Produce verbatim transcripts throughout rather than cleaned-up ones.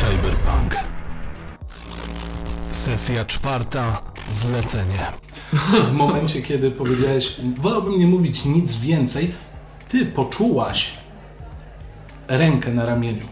Cyberpunk. Sesja czwarta. Zlecenie. W momencie, kiedy powiedziałeś, wolałbym nie mówić nic więcej, ty poczułaś rękę na ramieniu.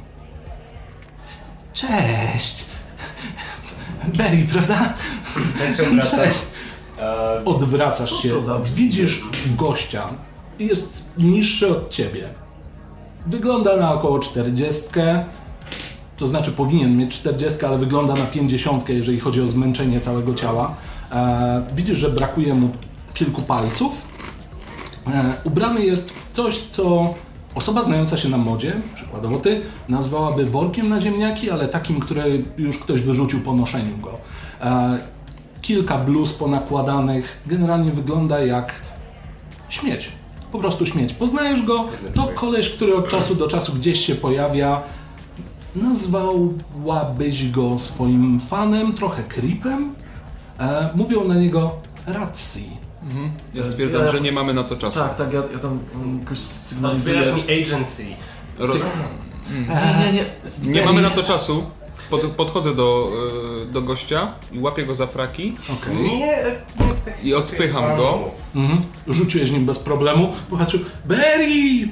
Cześć! Berry, prawda? Cześć! Odwracasz się, widzisz gościa. Jest niższy od ciebie. Wygląda na około czterdziestkę. To znaczy powinien mieć czterdziestkę, ale wygląda na pięćdziesiątkę, jeżeli chodzi o zmęczenie całego ciała. E, widzisz, że brakuje mu kilku palców. E, ubrany jest w coś, co osoba znająca się na modzie, przykładowo ty, nazwałaby workiem na ziemniaki, ale takim, który już ktoś wyrzucił po noszeniu go. E, kilka bluz ponakładanych. Generalnie wygląda jak śmieć. Po prostu śmieć. Poznajesz go, to koleś, który od czasu do czasu gdzieś się pojawia. Nazwałabyś go swoim fanem, trochę creepem. E, mówią na niego racji. Mhm. Ja stwierdzam, ja, że nie mamy na to czasu. Tak, tak, ja, ja tam um, jakoś sygnalizuję. Odbierasz mi agency. Ro... Nie, nie, nie. Nie mamy na to czasu. Pod, podchodzę do, do gościa i łapię go za fraki. Okay. Nie, nie i odpycham go. Mhm. Rzuciłeś nim bez problemu. Popatrzył, Berry!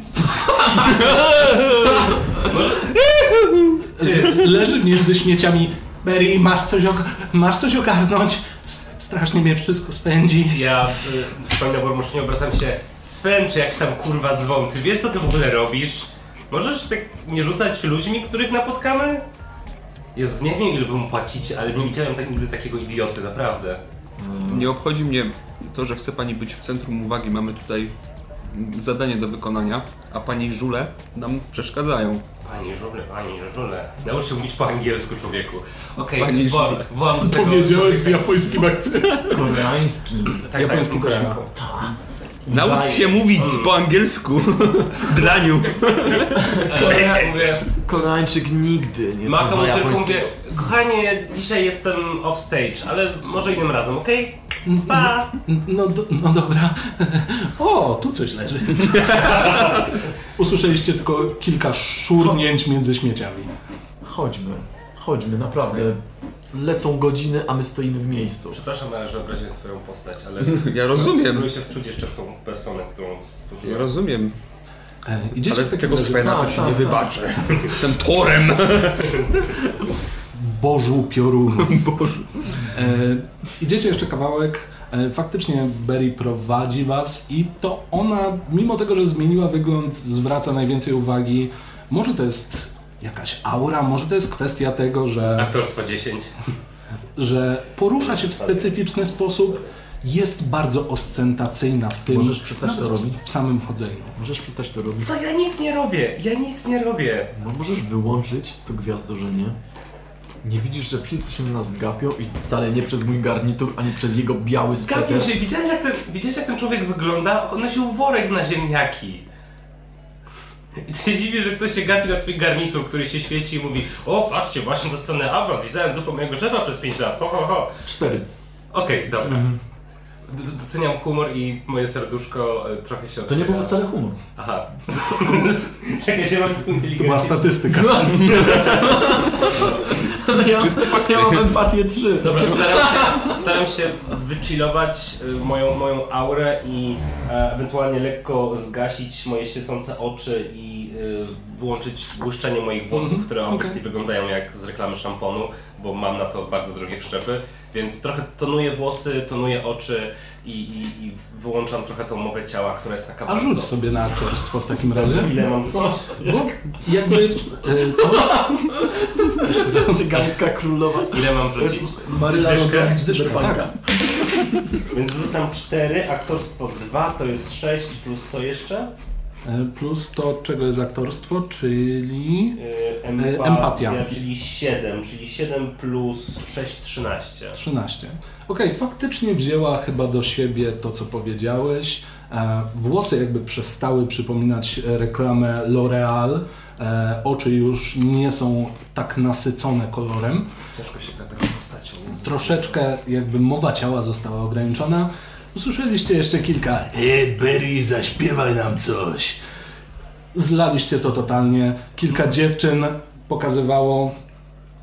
Leży między śmieciami. Berry, masz coś, og- masz coś ogarnąć? Strasznie mnie wszystko spędzi. Ja y, wspomniał, bo już nie obracam się. Sven, czy jak się tam kurwa zwą, ty wiesz co ty w ogóle robisz? Możesz tak nie rzucać ludźmi, których napotkamy? Jezus, nie wiem ile wy mu płacicie, ale nie widziałem tak, nigdy takiego idioty, naprawdę. Nie obchodzi mnie to, że chce pani być w centrum uwagi. Mamy tutaj zadanie do wykonania, a pani żule nam przeszkadzają. Pani żule, pani żule. Naucz się mówić po angielsku, człowieku. Okej, Pani okay, wołam, wołam do tego... Powiedziałeś z japońskim akcentem. Koreański. Tak, japońskim tak, koreańską. Naucz się mówić po angielsku. Draniu. Korea... Koreańczyk nigdy nie Macham pozna tylko japońskiego. mówię, kochanie, dzisiaj jestem off stage, ale może innym razem, okej? Okay? Pa! No, do, no dobra. O, tu coś leży. Usłyszeliście tylko kilka szurnięć między śmieciami. Chodźmy, chodźmy, naprawdę. Lecą godziny, a my stoimy w miejscu. Przepraszam, że obraziłem twoją postać, ale... Ja rozumiem. Próbuję się wczuć jeszcze w tą personę, którą stworzyłem. Ja rozumiem. E, idziecie ale w takim tego razie... Svena to tak, się tak, nie tak. wybaczę. Jestem Torem. Bożu piorunu. Bożu. E, idziecie jeszcze kawałek. E, faktycznie Berry prowadzi was i to ona, mimo tego, że zmieniła wygląd, zwraca najwięcej uwagi. Może to jest jakaś aura, może to jest kwestia tego, że... Aktorstwo dziesięć. że porusza się w specyficzny sposób. Jest bardzo ostentacyjna w tym. Możesz przestać to robić? W samym chodzeniu. Możesz przestać to robić? Co? Ja nic nie robię! Ja nic nie robię! No możesz wyłączyć to gwiazdorzenie. Nie widzisz, że wszyscy się na nas gapią i wcale nie przez mój garnitur, ani przez jego biały sweter. Gapił się, widziałeś jak, ten, widziałeś jak ten człowiek wygląda? On nosił worek na ziemniaki. I ty się dziwisz, że ktoś się gapi na twój garnitur, który się świeci i mówi: o, patrzcie, właśnie dostanę awrot, lizałem dupą mojego szefa przez pięć lat, ho, ho, ho. Cztery. Okej, okay, dobra. Mhm. D- Doceniam humor i moje serduszko e, trochę się To otwiera. nie był wcale humor. Aha. Czekaj, się mam z To była inteligencji. statystyka. Ja, Czyste fakty. ja mam empatię trzy. Dobra, staram się, staram się wychillować y, moją, moją aurę i e, ewentualnie lekko zgasić moje świecące oczy i y, wyłączyć błyszczenie moich włosów, Mhm, które okej. obecnie wyglądają jak z reklamy szamponu, bo mam na to bardzo drogie wszczepy, więc trochę tonuję włosy, tonuję oczy i, i, i wyłączam trochę tą mowę ciała, która jest taka A bardzo... rzuć sobie na aktorstwo w takim razie. Ile mam rzucić? Bo jakby... E, to... Cygańska królowa. Ile mam rzucić? Maryla Dyszkę? Rodowicz z Dyszkę, Cyberpunka. tak. Więc wrzucam cztery, aktorstwo dwa, to jest sześć plus co jeszcze? E, plus to, czego jest aktorstwo, czyli... Yy, empatia, empatia. czyli siedem, czyli siedem plus sześć, trzynaście. trzynaście. Okej, faktycznie wzięła chyba do siebie to, co powiedziałeś. E, włosy jakby przestały przypominać reklamę L'Oreal. E, oczy już nie są tak nasycone kolorem. Ciężko się gada taką postacią. Troszeczkę jakby mowa ciała została ograniczona. Usłyszeliście jeszcze kilka "Ej, Berry, zaśpiewaj nam coś". Zlaliście to totalnie. Kilka dziewczyn pokazywało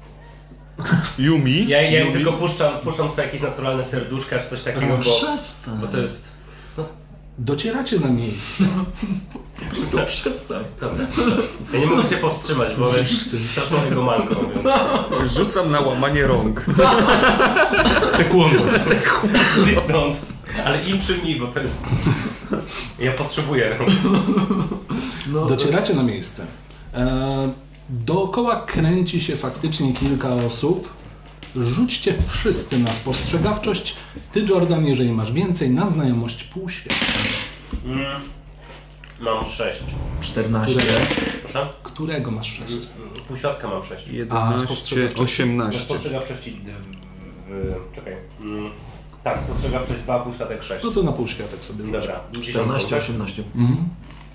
Yumi? Ja, ja im tylko puszczam, puszczam swoje jakieś naturalne serduszka czy coś takiego, No, bo, przestań. bo to jest... Docieracie na miejsce. Po prostu przestań. Dobra. Ja nie mogę się powstrzymać, bo jest straszną jego manką, więc... Rzucam na łamanie rąk. Taekwondo. I stąd. Ale im czy mi, bo to jest... Ja potrzebuję rąk. No, Docieracie na miejsce. E, dookoła kręci się faktycznie kilka osób. Rzućcie wszyscy na spostrzegawczość. Ty, Jordan, jeżeli masz więcej, na znajomość półświata. Mm. Mam sześć. czternaście. Proszę? Którego masz sześć? Półświadka mam sześć. jedenaście, osiemnaście. Spostrzegawczości... d- w- Czekaj. Mm. Tak, spostrzegawczość dwa, półświatek sześć. No to na półświatek sobie rzuć. Dobra. czternaście, osiemnaście. Mhm.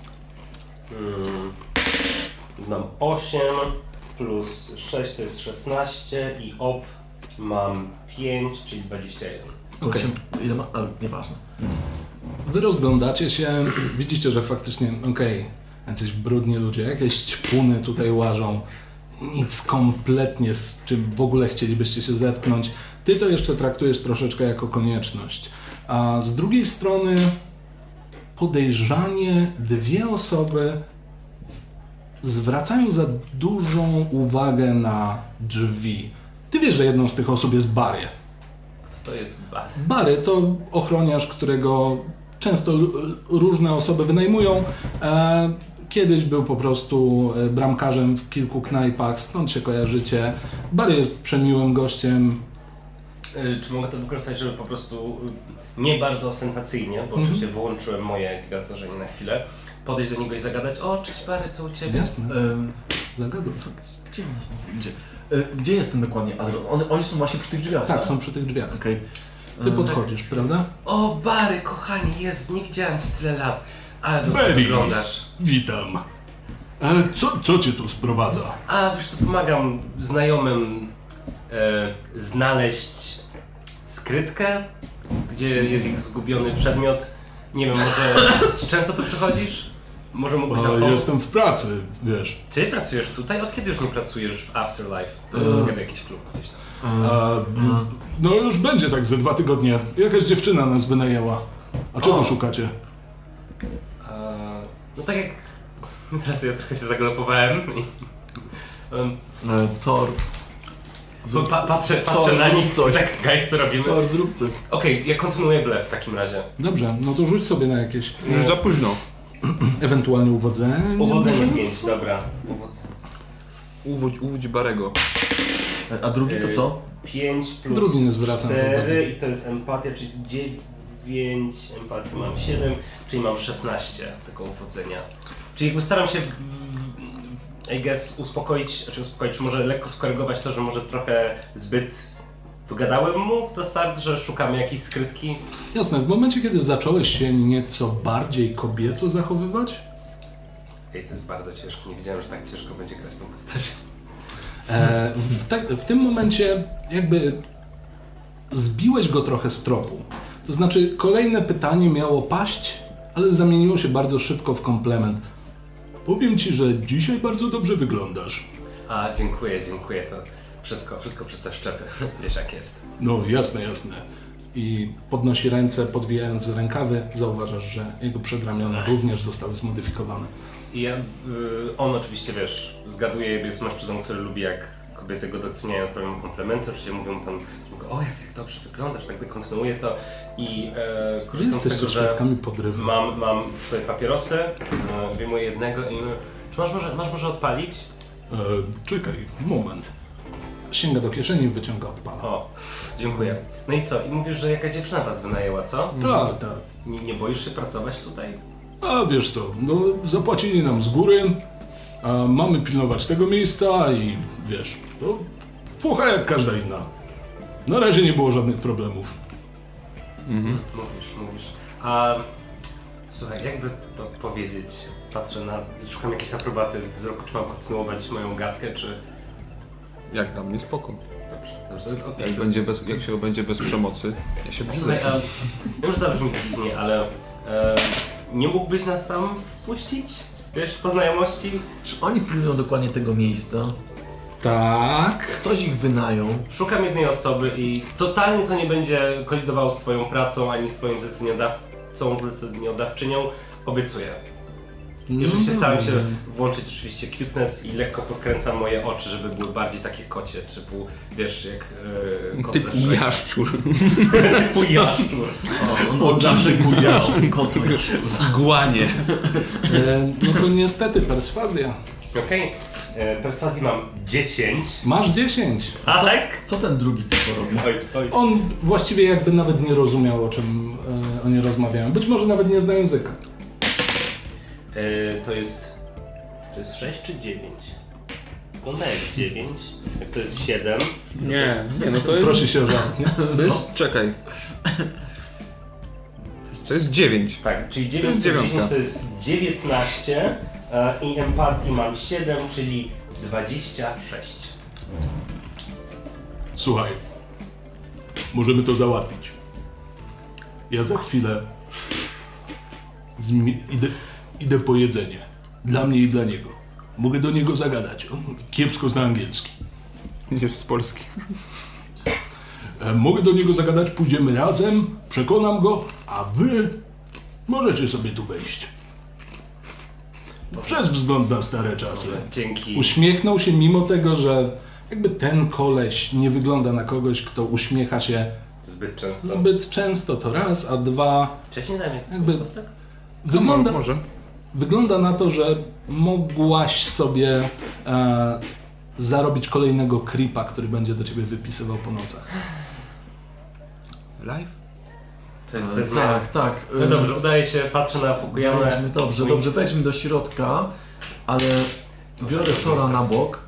Mm. Mam osiem plus sześć to jest szesnaście i op mam pięć, czyli dwadzieścia jeden. Okej. Ile ma? A, nieważne. Wy rozglądacie się, widzicie, że faktycznie, okej, jacyś brudni ludzie, jakieś ćpuny tutaj łażą. Nic kompletnie, z czym w ogóle chcielibyście się zetknąć. Ty to jeszcze traktujesz troszeczkę jako konieczność. A z drugiej strony podejrzanie dwie osoby zwracają za dużą uwagę na drzwi. Ty wiesz, że jedną z tych osób jest Barry. To jest bar. Barry to ochroniarz, którego często l- różne osoby wynajmują. E, kiedyś był po prostu e, bramkarzem w kilku knajpach, stąd się kojarzycie. Barry jest przemiłym gościem. Y, Czy mogę to wykorzystać, żeby po prostu y, nie bardzo ostentacyjnie, bo Mhm. oczywiście wyłączyłem moje gwiazdorzenie na chwilę, podejść do niego i zagadać: o, cześć Barry, co u Ciebie? Jasne, Ym, zagadaj. co, gdzie nas znowu idzie? Y, Gdzie jest ten dokładnie Adron? One, oni są właśnie przy tych drzwiach, Tak, są przy tych drzwiach. Okej. Ty Ym, podchodzisz, prawda? O Barry, kochanie, Jezu, nie widziałem Cię tyle lat, ale dobrze Barry. wyglądasz. Witam. E, co, co cię tu sprowadza? A wiesz co, pomagam znajomym e, znaleźć skrytkę, gdzie jest ich zgubiony przedmiot. Nie wiem, może czy często tu przychodzisz? Może mógłbyś nam E, pomóc? jestem w pracy, wiesz. Ty pracujesz tutaj? Od kiedy już nie pracujesz w Afterlife? To jest E. chyba jakiś klub gdzieś tam. ym, E, m, no już będzie tak ze dwa tygodnie. Jakaś dziewczyna nas wynajęła. A czego O. szukacie? E, no tak jak... Teraz ja trochę się zagalopowałem i... Um, e, Thor. Zrób, pa, patrzę Thor, patrzę na zrób nich, coś. tak guys, co robimy? Thor, zrób coś. Okej, ja kontynuuję blef w takim razie. Dobrze, no to rzuć sobie na jakieś Już za późno. ewentualnie uwodzenie. Uwodzenie pięć, dobra. Uwodzenie. Uwódź, uwódź Barego. E, A drugi to co? pięć plus Drugi nie zwracam cztery uwagi. i to jest empatia, czyli dziewięć, empatii mam siedem, czyli mam szesnaście tego uwodzenia. Czyli jakby staram się, w- I guess, uspokoić, znaczy uspokoić, czy może lekko skorygować to, że może trochę zbyt wygadałem mu na start, że szukamy jakiejś skrytki. Jasne, w momencie, kiedy zacząłeś się nieco bardziej kobieco zachowywać, Ej, to jest bardzo ciężko, nie wiedziałem, że tak ciężko będzie grać tą postać. E, w, te, w tym momencie jakby zbiłeś go trochę z tropu. To znaczy kolejne pytanie miało paść, ale zamieniło się bardzo szybko w komplement. Powiem ci, że dzisiaj bardzo dobrze wyglądasz. A, dziękuję, dziękuję, to wszystko, wszystko przez te szczepy, wiesz jak jest. No jasne, jasne. I podnosi ręce, podwijając rękawy, zauważasz, że jego przedramiona również zostały zmodyfikowane. I ja, y, on oczywiście, wiesz, zgaduje, jest mężczyzną, który lubi, jak kobiety go doceniają, robią komplementy, oczywiście mówią tam, mówią, o jak, jak dobrze wyglądasz, tak kontynuuję to i e, korzystam z Jesteście tego, że świadkami podrywu. mam, mam sobie papierosy, e, wyjmuję jednego i mówię, czy masz może, masz może odpalić? E, czekaj, moment. Sięga do kieszeni i wyciąga odpala. O, dziękuję. No i co? I mówisz, że jakaś dziewczyna was wynajęła, co? Tak, tak. Nie, nie boisz się pracować tutaj? A wiesz co, no zapłacili nam z góry, a mamy pilnować tego miejsca i wiesz, to fucha jak każda inna. Na razie nie było żadnych problemów. Mhm. Mówisz, mówisz. A słuchaj, jakby to powiedzieć? Patrzę na, szukam jakiejś aprobaty wzroku, czy mam kontynuować moją gadkę, czy... Jak dla mnie spoko. Dobrze, dobrze, okej. Jak, będzie bez, jak się będzie bez przemocy, ja się Słuchaj, przyznam. a, wiem, że zabrzmi dziwnie, ale e, nie mógłbyś nas tam wpuścić? Wiesz, po znajomości? Czy oni pilnują dokładnie tego miejsca? Tak. Ktoś ich wynajął. Szukam jednej osoby i totalnie to nie będzie kolidowało z twoją pracą, ani z twoim zleceniodawcą, zleceniodawczynią. Obiecuję. I oczywiście staram się włączyć oczywiście cuteness i lekko podkręcam moje oczy, żeby były bardziej takie kocie, typu, wiesz, jak yy, kot Typu ze Shreka. jaszczur. Typu jaszczur. O, on od zawsze gubiał. Kotu jaszczur. Głanie. E, no to niestety perswazja. Okej, okay. Perswazji mam dziesięć. Masz dziesięć. A tak? Co ten drugi typ robi? Oj, oj. On właściwie jakby nawet nie rozumiał, o czym e, oni rozmawiają. Być może nawet nie zna języka. E, to jest... To jest sześć czy dziewięć? Wygląda jak dziewięć. Jak to jest siedem. Nie, nie, no to jest... Proszę się o żart, nie? To jest... czekaj. To jest dziewięć. Tak, czyli To dziewięć jest plus dziewiątka. dziesięć to jest dziewiętnaście e, i empatii mam siedem, czyli dwadzieścia sześć. Słuchaj, możemy to załatwić. Ja za chwilę zmi- idę, idę po jedzenie. Dla mnie i dla niego. Mogę do niego zagadać. On kiepsko zna angielski. Jest z Polski. E, mogę do niego zagadać, pójdziemy razem, przekonam go, a wy możecie sobie tu wejść. Przez wzgląd na stare czasy. Dzięki. Uśmiechnął się mimo tego, że jakby ten koleś nie wygląda na kogoś, kto uśmiecha się Zbyt często. zbyt często, to raz, a dwa, Wcześniej dałem jak Jakby- jakby... kostek? wygląda, Może. wygląda na to, że mogłaś sobie e, zarobić kolejnego creepa, który będzie do ciebie wypisywał po nocach. Live? To jest E, bez Tak, tak. No dobrze, udaje się, patrzę na Fukuyamę. Wejdźmy, dobrze, Mój- dobrze, wejdźmy do środka, ale biorę Tora na bok.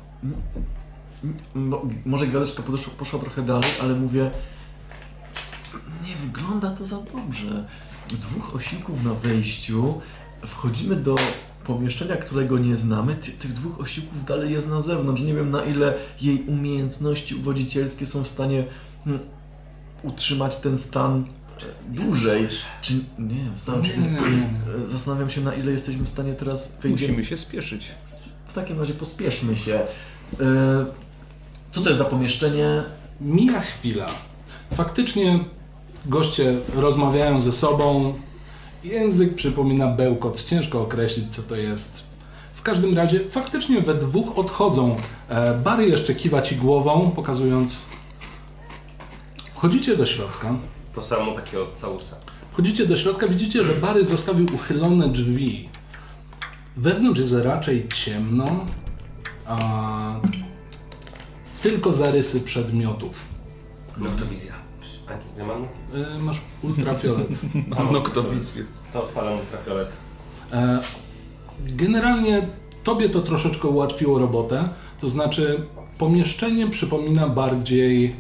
No, może gwiazdeczka poszła, poszła trochę dalej, ale mówię, nie wygląda to za dobrze. Dwóch osiłków na wejściu, wchodzimy do pomieszczenia, którego nie znamy, Ty, tych dwóch osiłków dalej jest na zewnątrz. Nie wiem, na ile jej umiejętności uwodzicielskie są w stanie hmm, utrzymać ten stan e, dłużej. Czy, nie wiem, zastanawiam się, Nie, nie, nie, nie. e, zastanawiam się, na ile jesteśmy w stanie teraz wyjść. Musimy się spieszyć. W takim razie pospieszmy się. E, co to jest za pomieszczenie? Mija chwila. Faktycznie goście rozmawiają ze sobą. Język przypomina bełkot. Ciężko określić, co to jest. W każdym razie faktycznie we dwóch odchodzą. E, Barry jeszcze kiwa ci głową, pokazując... Wchodzicie do środka. Po samemu takiego całusa. Wchodzicie do środka, widzicie, że Barry zostawił uchylone drzwi. Wewnątrz jest raczej ciemno, a tylko zarysy przedmiotów. Noktowizja. A nie mam? E, Masz ultrafiolet. Mam noktowizję. To odpalam ultrafiolet. E, Generalnie tobie to troszeczkę ułatwiło robotę, to znaczy pomieszczenie przypomina bardziej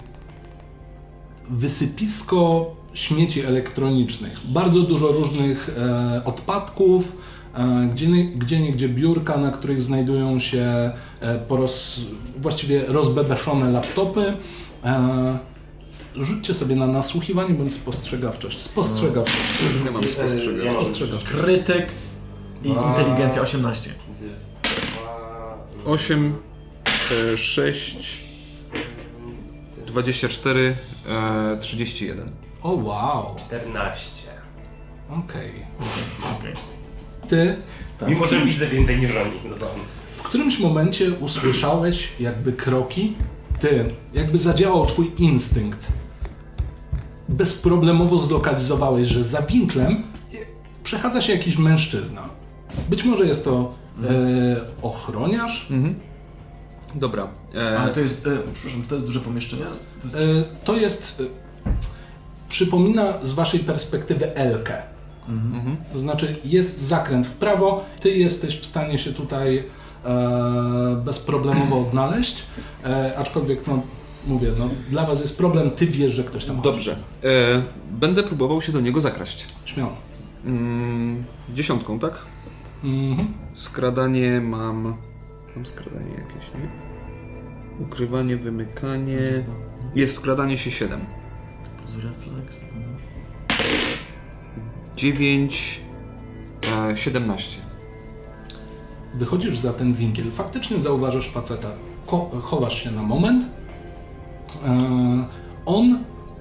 wysypisko śmieci elektronicznych. Bardzo dużo różnych e, odpadków, e, gdzie, gdzie niegdzie biurka, na których znajdują się e, poroz, właściwie rozbebeszone laptopy. E, rzućcie sobie na nasłuchiwanie bądź spostrzegawczość. Spostrzegawczość. Nie mam spostrzegać. Ja mam Spostrzegawczość. Krytyk i inteligencja osiemnaście. Dwa... osiem, sześć, dwadzieścia cztery, trzydzieści jeden. O wow, czternaście. okej. Okej. Ty Mimo, że widzę więcej niż oni. Dodam. w którymś momencie usłyszałeś jakby kroki. Ty, jakby zadziałał twój instynkt. Bezproblemowo zlokalizowałeś, że za winklem przechadza się jakiś mężczyzna. Być może jest to e, ochroniarz. Mhm. Dobra. E, Ale to jest, e, przepraszam, to jest duże pomieszczenie? To jest... E, to jest... E, przypomina z waszej perspektywy Elkę. mhm. To znaczy jest zakręt w prawo, ty jesteś w stanie się tutaj e, bezproblemowo odnaleźć, e, aczkolwiek no mówię, no dla was jest problem, ty wiesz, że ktoś tam chodzi. Dobrze. E, będę próbował się do niego zakraść. Śmiało. Mm, dziesiątką, tak? Mhm. Skradanie mam... Mam skradanie jakieś, nie? Ukrywanie, wymykanie... Jest skradanie się siedem. Plus refleks. mhm. dziewięć, siedemnaście. wychodzisz za ten winkiel, faktycznie zauważasz faceta. Ko- chowasz się na moment. E, on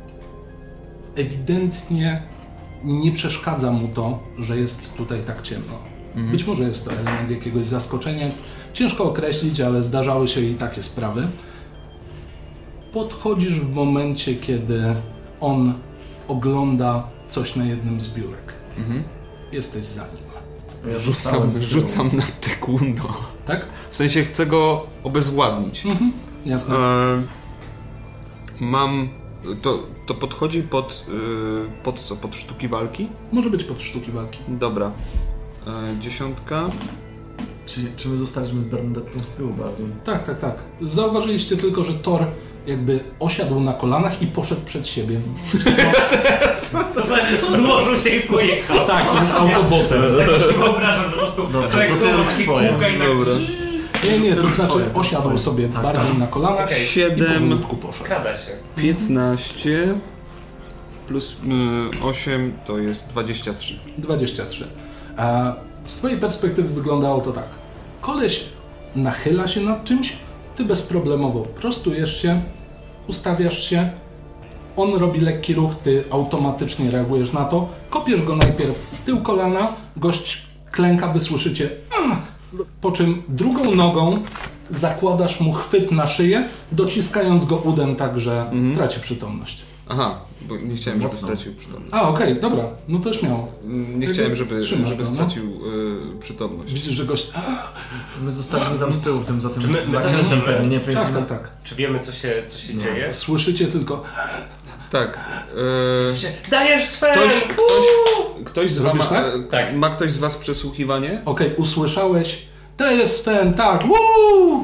ewidentnie nie przeszkadza mu to, że jest tutaj tak ciemno. Mhm. Być może jest to element jakiegoś zaskoczenia. Ciężko określić, ale zdarzały się i takie sprawy. Podchodzisz w momencie, kiedy on ogląda coś na jednym z biurek. Mhm. Jesteś za nim. Ja rzucam, rzucam na taekwondo. Tak? W sensie chcę go obezwładnić. Mhm. Jasne. E, mam... To, to podchodzi pod, yy, pod co? Pod sztuki walki? Może być pod sztuki walki. Dobra. E, dziesiątka. Czy, czy my zostaliśmy z Bernadettą z tyłu bardziej? Tak, tak, tak. Zauważyliście tylko, że Thor jakby osiadł na kolanach i poszedł przed siebie. W stronę... To znaczy złożył się i pojechał. Tak, to jest autobotem. Tak się wyobrażam, że po prostu kółka i tak... Dobra. Nie, nie, to znaczy swoje, osiadł swoje. sobie tak, bardziej tak. na kolanach okay. siedem, i poszedł. Skrada się. piętnaście plus y, osiem to jest dwadzieścia trzy. dwadzieścia trzy. A z twojej perspektywy wyglądało to tak. Koleś nachyla się nad czymś, ty bezproblemowo prostujesz się, ustawiasz się, on robi lekki ruch, ty automatycznie reagujesz na to, kopiesz go najpierw w tył kolana, gość klęka, wy słyszycie, po czym drugą nogą zakładasz mu chwyt na szyję, dociskając go udem tak, że mhm. traci przytomność. Aha, bo nie chciałem, żeby stracił przytomność. A, okej, okay, dobra, no to śmiało. Nie Jak chciałem, żeby, żeby stracił no? y, przytomność. Widzisz, że gość... My zostaliśmy tam z tyłu, w tym za tym zakrętem pewnie, nie? Tak, tak, tak. Czy wiemy, co się, co się no. dzieje? Słyszycie tylko... Tak. Yy... Dajesz sfer! Ktoś, ktoś, ktoś z Zrobisz wama, tak? tak? Ma ktoś z was przesłuchiwanie? Okej, okay, usłyszałeś. Dajesz sfer, tak! Woo!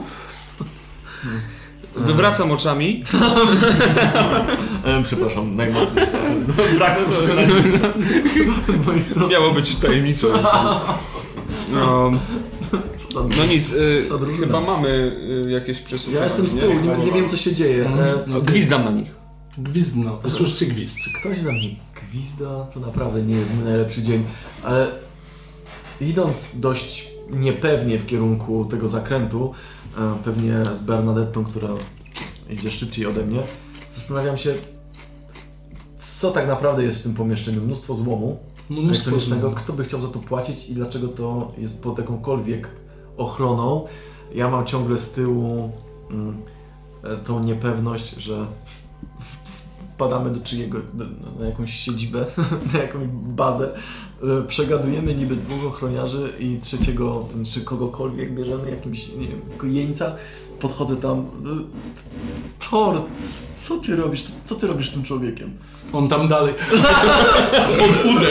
Wywracam oczami. e, przepraszam, najmocniej. Brak Miało być tajemnicą. No, no nic, y, chyba mamy y, jakieś przesłuchanie. Ja jestem z tyłu, nie, nie wiem co się dzieje. Mm. No, gwizdam na nich. Gwizdno, usłyszycie gwizd. Czy ktoś na mnie gwizda? To naprawdę nie jest mój najlepszy dzień. Ale idąc dość niepewnie w kierunku tego zakrętu, pewnie z Bernadettą, która idzie szybciej ode mnie, zastanawiam się, co tak naprawdę jest w tym pomieszczeniu. Mnóstwo złomu elektronicznego. Kto by chciał za to płacić i dlaczego to jest pod jakąkolwiek ochroną. Ja mam ciągle z tyłu mm, tą niepewność, że wpadamy do czyjego, do, na jakąś siedzibę, na jakąś bazę, przegadujemy niby dwóch ochroniarzy i trzeciego, czy kogokolwiek bierzemy, jakimś, nie wiem, jako jeńca, podchodzę tam, Thor, co ty robisz, co ty robisz z tym człowiekiem? On tam dalej, pod udem.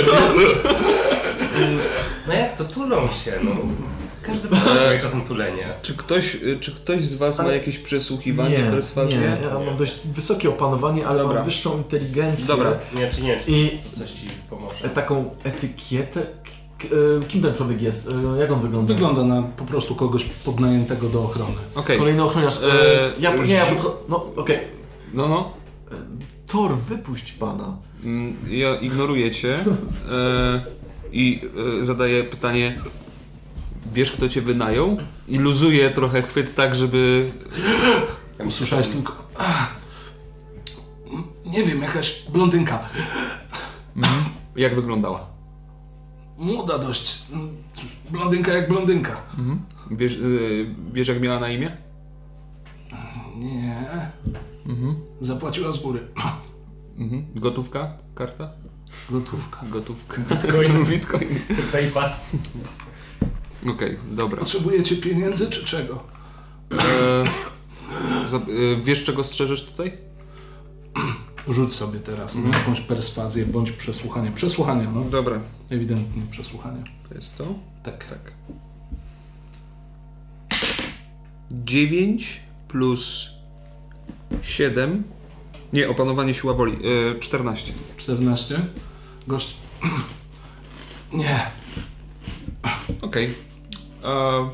No jak to, tulą się, no. Każdy potrzebuje czasem tulenia. Czy ktoś, czy ktoś z was ale... ma jakieś przesłuchiwanie, nie, perswazję? Nie, ja mam dość wysokie opanowanie, ale Dobra. mam wyższą inteligencję. Dobra. Nie, czy nie, czy i coś ci pomoże. Taką etykietę. Kim ten człowiek jest? Jak on wygląda? Wygląda na po prostu kogoś podnajętego do ochrony. Okay. Kolejny ochroniarz. E, ja, nie, ja podcho- No, okej. Okay. No, no. Thor, wypuść pana. Ja ignoruję cię e, i e, zadaję pytanie, wiesz kto cię wynajął? I luzuję trochę chwyt tak, żeby... Usłyszałeś tylko... Nie wiem, jakaś blondynka. Mhm. Jak wyglądała? Młoda dość. Blondynka jak blondynka. Mhm. Wiesz, yy, wiesz jak miała na imię? Nie. Mhm. Zapłaciła z góry. Mhm. Gotówka? Karta? Gotówka. Gotówka. Bitcoin. Bitcoin. PayPass. Okej, okay, dobra. Potrzebujecie pieniędzy czy czego? E, za, e, wiesz czego strzeżesz tutaj? Rzuć sobie teraz mm. na jakąś perswazję bądź przesłuchanie. Przesłuchanie, no. Dobra. Ewidentnie przesłuchanie. To jest to? Tak. Tak. dziewięć plus siedem. Nie, opanowanie siła woli. Yy, czternaście. czternaście. Gość. Nie. Okej. Okay.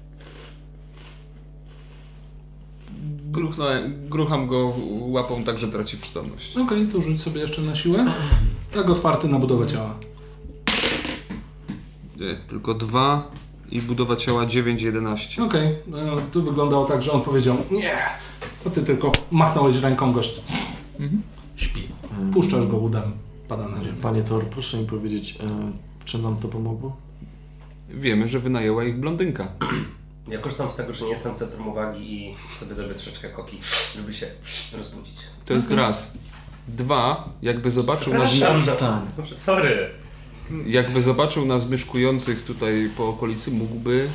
Gruchnąłem, grucham go łapą tak, że traci przytomność. Okej, okay, to rzuć sobie jeszcze na siłę. Tak otwarty na budowę ciała. Nie, tylko dwa I budowa ciała dziewięć jedenaście. Okej, okay. Tu wyglądało tak, że on powiedział nie, to ty tylko machnąłeś ręką gość. Mhm. Śpi. Puszczasz go udem, pada na ziemię. Panie Thor, proszę mi powiedzieć, e, czy nam to pomogło? Wiemy, że wynajęła ich blondynka. Ja korzystam z tego, że nie jestem centrum uwagi i sobie robię troszeczkę koki, żeby się rozbudzić. To jest raz. Dwa, jakby zobaczył nas... Przestań. Sorry. Jakby zobaczył nas myszkujących tutaj po okolicy, mógłby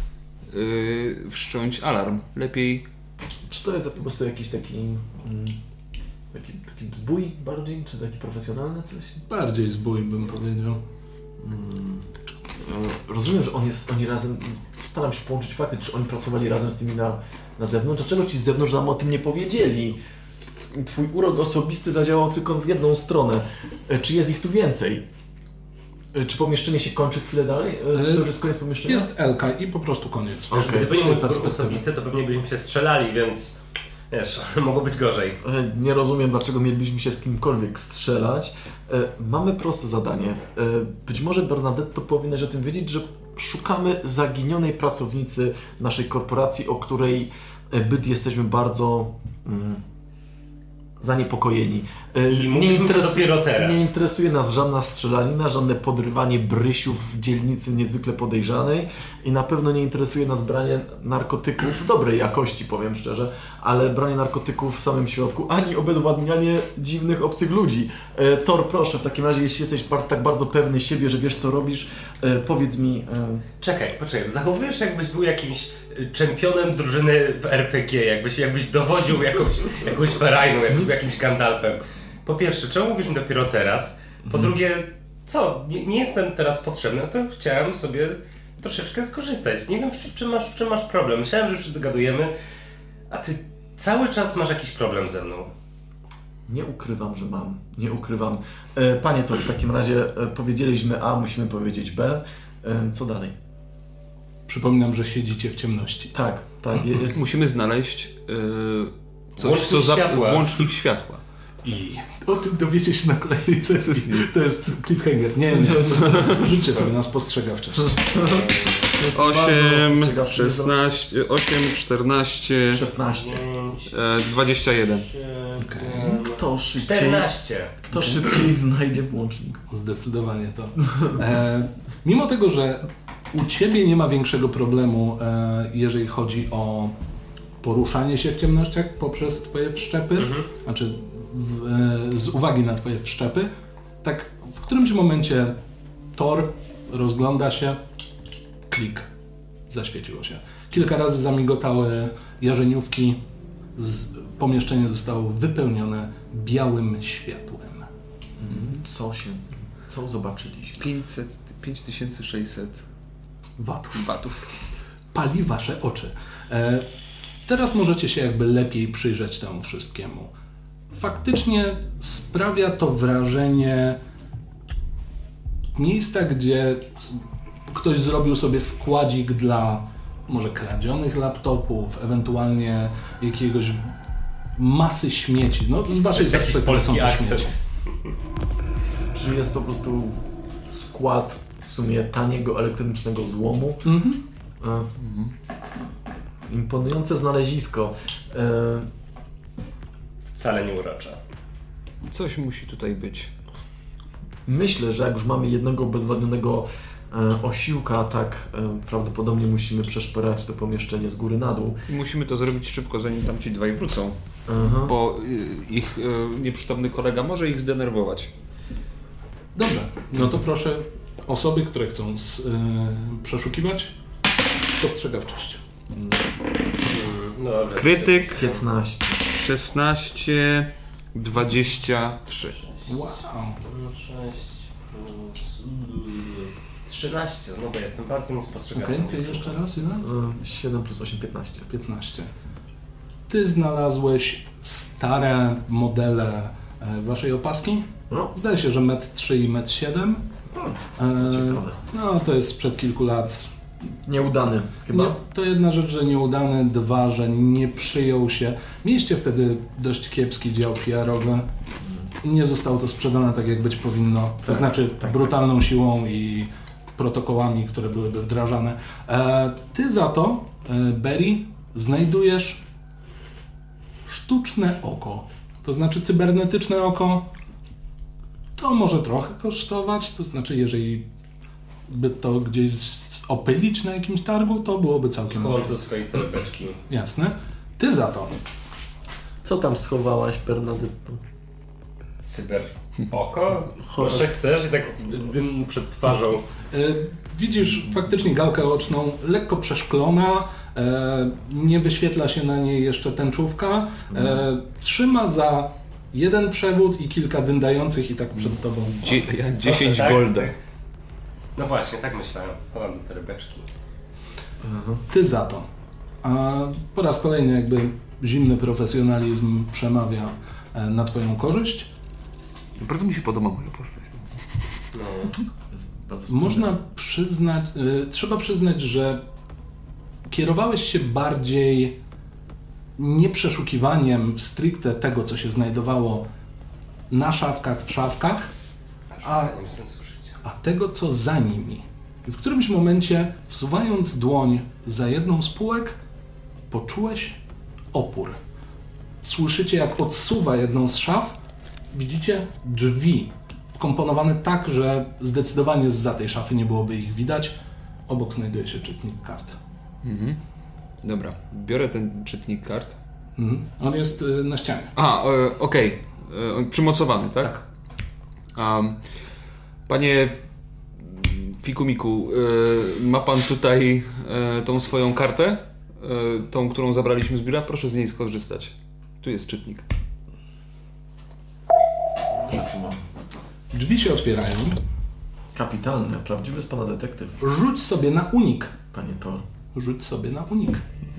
yy, wszcząć alarm. Lepiej... Czy to jest po prostu jakiś taki... Mm, taki, taki zbój bardziej, czy taki profesjonalny coś? Bardziej zbój, bym powiedział. Hmm. Rozumiem, że on jest, oni razem... Staram się połączyć fakty, czy oni pracowali razem z tymi na, na zewnątrz. Dlaczego ci z zewnątrz nam o tym nie powiedzieli? Twój urok osobisty zadziałał tylko w jedną stronę. Czy jest ich tu więcej? Czy pomieszczenie się kończy chwilę dalej? Czy to już jest koniec pomieszczenia? Jest Elka i po prostu koniec. Okay. Gdyby nie mój urok osobisty, to pewnie byśmy się strzelali, więc wiesz, mogło być gorzej. Nie rozumiem, dlaczego mielibyśmy się z kimkolwiek strzelać. Mamy proste zadanie. Być może Bernadetto powinnaś o tym wiedzieć, że szukamy zaginionej pracownicy naszej korporacji, o której byt jesteśmy bardzo mm, zaniepokojeni. I nie, interes... dopiero teraz. Nie interesuje nas żadna strzelanina, żadne podrywanie brysiów w dzielnicy niezwykle podejrzanej i na pewno nie interesuje nas branie narkotyków dobrej jakości, powiem szczerze, ale branie narkotyków w samym środku, ani obezwładnianie dziwnych obcych ludzi. E, Thor, proszę, w takim razie, jeśli jesteś bar- tak bardzo pewny siebie, że wiesz co robisz, e, powiedz mi... E... Czekaj, poczekaj, zachowujesz jakbyś był jakimś czempionem drużyny w er pe gie, jakbyś, jakbyś dowodził jakąś, jakąś ferajną, jakbyś był jakimś Gandalfem. Po pierwsze, czemu mówisz mi dopiero teraz? Po hmm. drugie, co? Nie, nie jestem teraz potrzebny, to chciałem sobie troszeczkę skorzystać. Nie wiem, w czym masz, w czym masz problem. Myślałem, że już się dogadujemy, a ty cały czas masz jakiś problem ze mną. Nie ukrywam, że mam. Nie ukrywam. E, panie, to w takim razie e, powiedzieliśmy A, musimy powiedzieć B. E, co dalej? Przypominam, że siedzicie w ciemności. Tak, tak. Jest... Musimy znaleźć yy, coś, włącznik co za... światła. Włącznik światła. I o tym dowiecie się na kolejnej sesji. To jest cliffhanger. Nie, nie. Rzućcie sobie na spostrzegawczość. osiem, szesnaście, osiem, czternaście, szesnaście, dwadzieścia jeden. Okay. Kto szybciej, czternaście. Kto szybciej znajdzie włącznik? Zdecydowanie to. E, mimo tego, że u Ciebie nie ma większego problemu, e, jeżeli chodzi o poruszanie się w ciemnościach poprzez Twoje wszczepy, mhm. znaczy w, e, z uwagi na Twoje wszczepy, tak w którymś momencie Thor rozgląda się, klik, zaświeciło się. Kilka razy zamigotały jarzeniówki, z, pomieszczenie zostało wypełnione białym światłem. Mm, co się, co zobaczyliśmy? pięć tysięcy sześćset watów. watów. Pali wasze oczy. E, teraz możecie się jakby lepiej przyjrzeć temu wszystkiemu. Faktycznie sprawia to wrażenie miejsca, gdzie ktoś zrobił sobie składzik dla może kradzionych laptopów, ewentualnie jakiegoś masy śmieci. No z waszej perspektywy są to śmieci. Czy jest to po prostu skład w sumie taniego elektronicznego złomu? Mhm. E, imponujące znalezisko. E, Wcale nie urocza. Coś musi tutaj być. Myślę, że jak już mamy jednego obezwładnionego e, osiłka, tak e, prawdopodobnie musimy przeszperać to pomieszczenie z góry na dół. I musimy to zrobić szybko, zanim tam ci dwaj wrócą. Aha. Bo y, ich y, nieprzytomny kolega może ich zdenerwować. Dobrze, no to proszę osoby, które chcą z, y, przeszukiwać, spostrzegawczość. No, dobra. Krytyk piętnaście. szesnaście, dwadzieścia trzy. Wow. sześć plus... trzynaście, znowu ja jestem bardzo niespostrzegawczy. Okej, okay, to jeszcze raz, ile? E, siedem plus osiem, piętnaście. piętnaście. Ty znalazłeś stare modele e, waszej opaski? No. Zdaje się, że metr trzy i metr siedem. E, Ciekawe. no to jest sprzed kilku lat. Nieudany chyba. Nie, to jedna rzecz, że nieudany, dwa, że nie przyjął się. Mieliście wtedy dość kiepski dział P R owy. Nie zostało to sprzedane tak, jak być powinno. To tak, znaczy tak, brutalną tak. siłą i protokołami, które byłyby wdrażane. E, ty za to, e, Berry, znajdujesz sztuczne oko. To znaczy cybernetyczne oko to może trochę kosztować, to znaczy jeżeli by to gdzieś opylić na jakimś targu, to byłoby całkiem Chowam okej. do swojej torebeczki. Jasne. Ty za to. Co tam schowałaś, Bernadetto? Cyber oko? Proszę, chcesz? I tak dym przed twarzą. E, widzisz faktycznie gałkę oczną, lekko przeszklona, e, nie wyświetla się na niej jeszcze tęczówka, e, trzyma za jeden przewód i kilka dyndających i tak przed tobą. Dzie- ja dziesięć tak? golda. No właśnie, tak myślałem. Chowam do torebeczki. Ty za to. A po raz kolejny jakby zimny profesjonalizm przemawia e, na twoją korzyść. Bardzo mi się podoba moja postać. No. Bardzo Można przyznać, y, trzeba przyznać, że kierowałeś się bardziej nie przeszukiwaniem stricte tego, co się znajdowało na szafkach, w szafkach, a, Nie ma sensu życia. a tego, co za nimi. I w którymś momencie, wsuwając dłoń za jedną z półek, poczułeś opór. Słyszycie, jak odsuwa jedną z szaf, widzicie drzwi wkomponowane tak, że zdecydowanie zza tej szafy nie byłoby ich widać. Obok znajduje się czytnik kart. Mhm. Dobra, biorę ten czytnik kart. Mhm. On jest y, na ścianie. A, e, okej. E, przymocowany, tak? Tak. Um, panie Fikumiku, e, ma pan tutaj e, tą swoją kartę? E, tą, którą zabraliśmy z biura? Proszę z niej skorzystać. Tu jest czytnik. Przesuwam. Drzwi się otwierają. Kapitalny, prawdziwy z pana detektyw, Rzuć sobie na unik. panie Thor. Rzuć sobie na unik.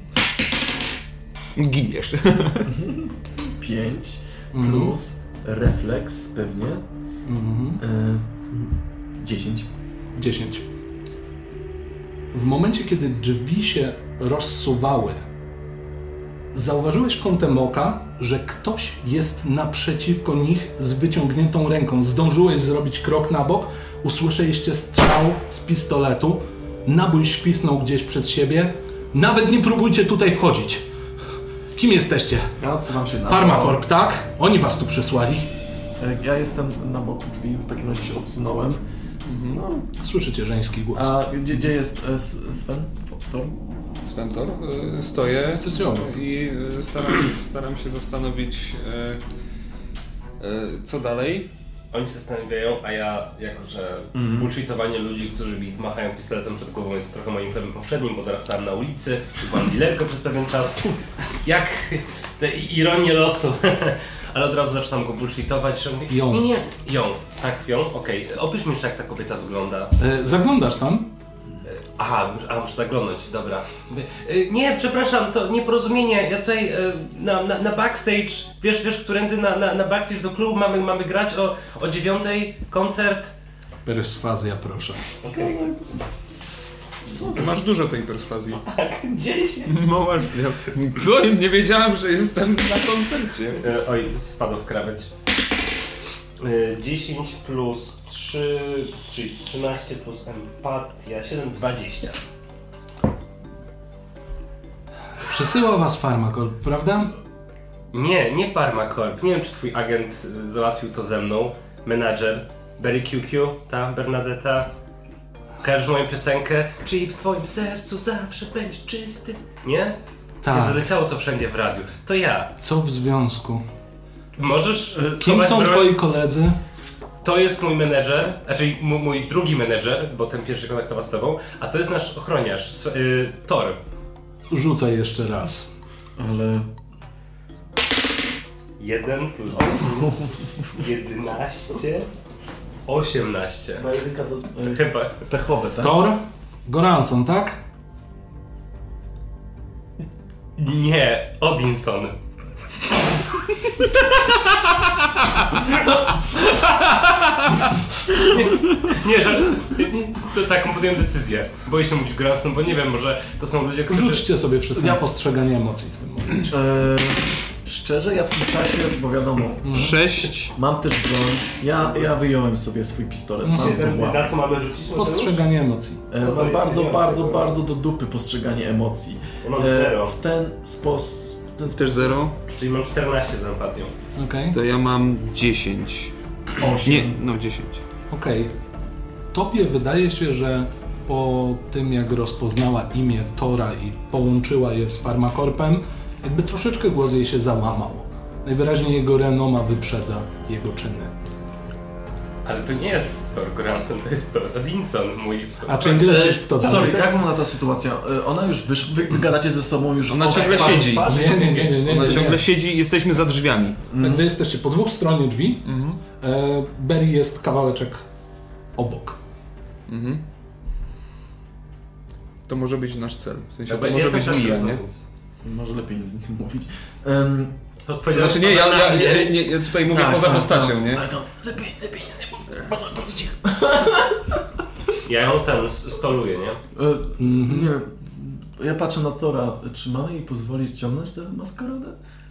Giniesz. pięć Mhm. plus refleks pewnie. Mhm. E, dziesięć. dziesięć. W momencie, kiedy drzwi się rozsuwały, zauważyłeś kątem oka, że ktoś jest naprzeciwko nich z wyciągniętą ręką. Zdążyłeś zrobić krok na bok, usłyszeliście strzał z pistoletu, nabój świsnął gdzieś przed siebie. Nawet nie próbujcie tutaj wchodzić. Kim jesteście? Ja odsuwam się na Farmacorp, tak? Oni was tu przysłali. E, Ja jestem na boku drzwi, w takim razie się odsunąłem. No. Słyszycie żeński głos. A gdzie, gdzie jest e, S- Sven? Thor? Spentor, y, stoję Jesteście obok. i y, staram się, staram się zastanowić, y, y, co dalej. Oni się zastanawiają, a ja, jako że Mhm. bullshitowanie ludzi, którzy mi machają pistoletem przed głową jest trochę moim chlebem powszednim, bo teraz stałem na ulicy, byłam dealerką przez pewien czas. Jak te ironie losu. Ale od razu zaczynam go bullshitować, że mówię, Ją. nie, nie, ją, tak, ją, okej. Opisz mi jeszcze, jak ta kobieta wygląda. E, zaglądasz tam. Aha, a muszę zaglądać, dobra. Mówię, y, nie, przepraszam, to nieporozumienie, ja tutaj y, na, na, na backstage, wiesz, wiesz, którędy na, na, na backstage do klubu mamy, mamy grać o, o dziewiątej, koncert. Perswazja, proszę. Okej. Masz dużo tej perswazji. Tak, dziesięć. No masz. Ja, co? Nie wiedziałem, że jestem na koncercie. Y, oj, spadł w krawędź. Y, dziesięć plus trzy, czyli trzynaście plus empatia, siedem, dwadzieścia. Przesyłał was Farmacorp, prawda? Nie, nie Pharmacorp. Nie wiem, czy twój agent y, załatwił to ze mną. Menadżer. Berry Q Q, ta Bernadetta. Kojarzysz moją piosenkę? Czyli w twoim sercu zawsze będzie czysty. Nie? Tak. Jezu, leciało to wszędzie w radiu. To ja. Co w związku? Możesz... y, Kim schować są broń? twoi koledzy? To jest mój menedżer, znaczy mój, mój drugi menedżer, bo ten pierwszy kontaktował z tobą, a to jest nasz ochroniarz, s- y, Thor. Rzucaj jeszcze raz. Ale jeden plus jedenaście, osiemnaście. chyba jedynka to e, Chyba. pechowe, tak? Thor? Goranson, tak? Nie, Odinson. nie, nie, że, nie, to taką podjąłem decyzję. Boję się mówić Granson, bo nie wiem, może to są ludzie, którzy... Rzućcie sobie wszyscy Ja- na postrzeganie emocji w tym momencie. E, Szczerze, ja w tym czasie, bo wiadomo... Sześć. Mam też broń. Ja, ja wyjąłem sobie swój pistolet. Mam Ten, na co mamy rzucić? Postrzeganie emocji. E, mam jest? bardzo, Nie bardzo, mam bardzo do dupy postrzeganie emocji. Ja mam E, zero. w ten sposób... Ten Też sposób zero. Czyli mam czternaście z empatią. Okej. To ja mam dziesięć. osiem. Nie, no dziesięć. Okej. Tobie wydaje się, że po tym jak rozpoznała imię Tora i połączyła je z Farmakorpem, jakby troszeczkę głos jej się załamał. Najwyraźniej jego renoma wyprzedza jego czyny. Ale to nie jest Thor Goranson, to jest Thor Odinson, mój... A czy lecisz w to dalej? Sorry, jak wygląda ta sytuacja? E, Ona już, wysz, wy, wygadacie ze sobą już... Ona o, ciągle twarz w siedzi. twarz? Nie, nie, nie, nie, nie. Ona nie. ciągle siedzi, jesteśmy za drzwiami. Tak, wy jesteście po dwóch stronie drzwi. Mhm. E, Berry jest kawałeczek obok. Mhm. To może być nasz cel. W sensie Dobra, to może jestem być też mija, pewny, nie? więc- Może lepiej nic nie mówić. Um, To To znaczy nie, ja, ja, ja, nie, ja tutaj mówię tak, poza tak, postacią, tak. nie? Ale to lepiej, lepiej nic nie mówić. Bardzo, bardzo cicho. Ja ją ten s- stoluję, nie? E, Nie, ja patrzę na Tora. Czy mamy jej pozwolić ciągnąć tę maskaradę?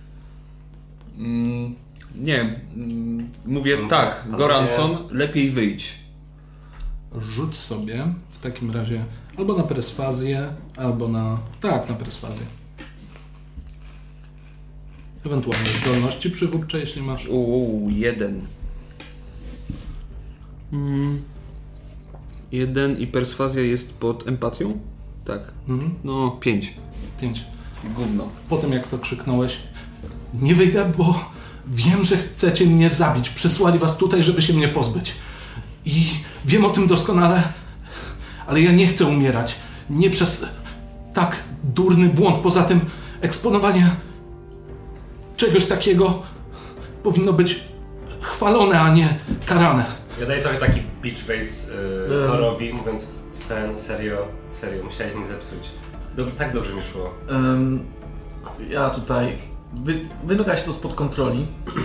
Mm, nie, mm, mówię Mm, tak, ale Goranson, lepiej wyjdź. Rzuć sobie w takim razie albo na perswazję, albo na... Tak, na perswazję. Ewentualnie zdolności przywódcze, jeśli masz. Uuu, jeden. Mm, jeden i perswazja jest pod empatią? Tak. Mhm. No, pięć. Pięć. Gówno. Po tym jak to krzyknąłeś, nie wyjdę, bo wiem, że chcecie mnie zabić. Przysłali was tutaj, żeby się mnie pozbyć. I wiem o tym doskonale, ale ja nie chcę umierać. Nie przez tak durny błąd. Poza tym eksponowanie czegoś takiego powinno być chwalone, a nie karane. Ja daję trochę taki bitch face yy, Em. Thorowi, mówiąc Sven, serio, serio, musiałeś mi zepsuć. Dob- tak dobrze mi szło. Um, ja tutaj... Wy, wymyka się to spod kontroli.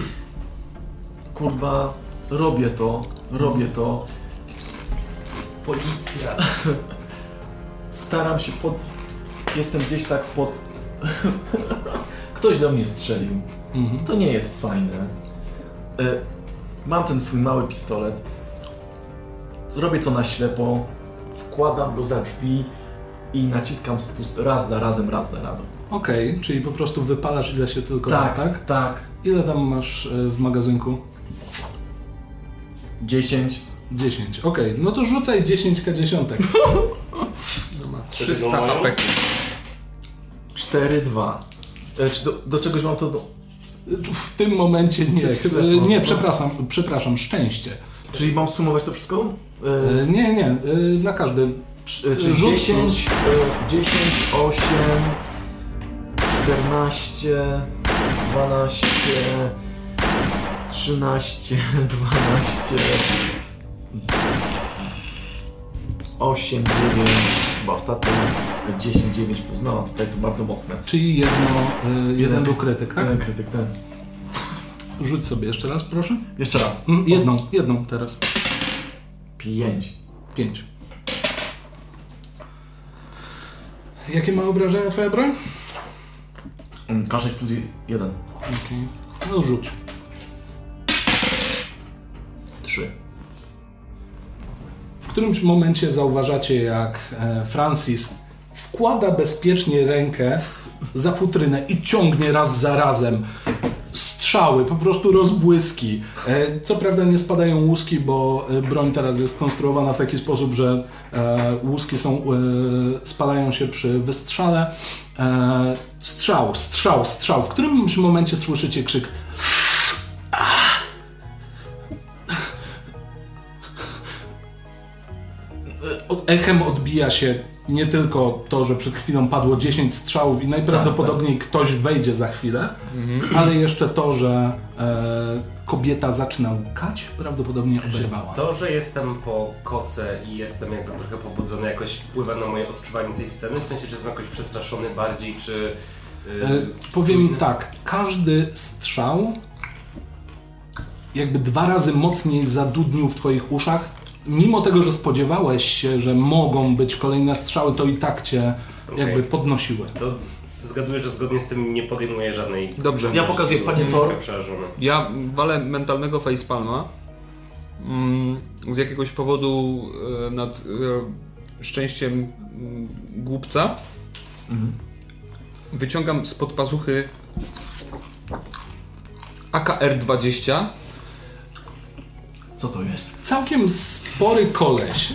Kurwa, robię to, robię to. Policja. Staram się pod... Jestem gdzieś tak pod... Ktoś do mnie strzelił. Mhm. To nie jest fajne. E, Mam ten swój mały pistolet. Zrobię to na ślepo. Wkładam go za drzwi i naciskam spust raz za razem, raz za razem. Okej, czyli po prostu wypalasz ile się tylko da, Tak, tak? tak. Ile tam masz e, w magazynku? dziesięć. dziesięć. Okej, no to rzucaj dziesięć ka dziesiątek. trzysta tapek. cztery dwa. E, czy do, do czegoś mam to... Do... W tym momencie nie. To jest E, ślepo. Nie, przepraszam, przepraszam, szczęście. Czyli mam sumować to wszystko? E, E, Nie, nie, e, na każdy. Cz- e, Czyli Rzut- dziesięć, e, dziesięć, osiem, czternaście, dwanaście, trzynaście, dwanaście, osiem, dziewięć, chyba ostatnio dziesięć, dziewięć plus, no tutaj to bardzo mocne. Czyli jedno, e, jeden był krytyk, tak? Jeden krytyk, ten. Rzuć sobie jeszcze raz, proszę. Jeszcze raz. Mm, Jedną, jedną teraz. Pięć. Pięć. Jakie ma obrażenia twoja broń? Mm, K sześć plus jeden. Okej. No rzuć. trzy. W którymś momencie zauważacie, jak e, Francis wkłada bezpiecznie rękę za futrynę i ciągnie raz za razem. Strzały, po prostu rozbłyski. E, co prawda nie spadają łuski, bo e, broń teraz jest skonstruowana w taki sposób, że e, łuski są, e, spalają się przy wystrzale. E, strzał, strzał, strzał. W którymś momencie słyszycie krzyk. Od, echem odbija się nie tylko to, że przed chwilą padło dziesięć strzałów i najprawdopodobniej ktoś wejdzie za chwilę, ale jeszcze to, że e, kobieta zaczyna łkać, prawdopodobnie oberwała. To, że jestem po koce i jestem jakby trochę pobudzony, jakoś wpływa na moje odczuwanie tej sceny? W sensie, czy jestem jakoś przestraszony bardziej, czy... Yy, E, powiem czujny? tak, każdy strzał jakby dwa razy mocniej zadudnił w twoich uszach. Mimo tego, że spodziewałeś się, że mogą być kolejne strzały, to i tak cię Okej. jakby podnosiły. To zgaduję, że zgodnie z tym nie podejmuję żadnej... Dobrze. Ja pokazuję, panie Thor. Ja walę mentalnego facepalma. Mm, z jakiegoś powodu e, nad e, szczęściem m, głupca. Mhm. Wyciągam spod pazuchy A K R dwadzieścia. Co to jest? Całkiem spory koleś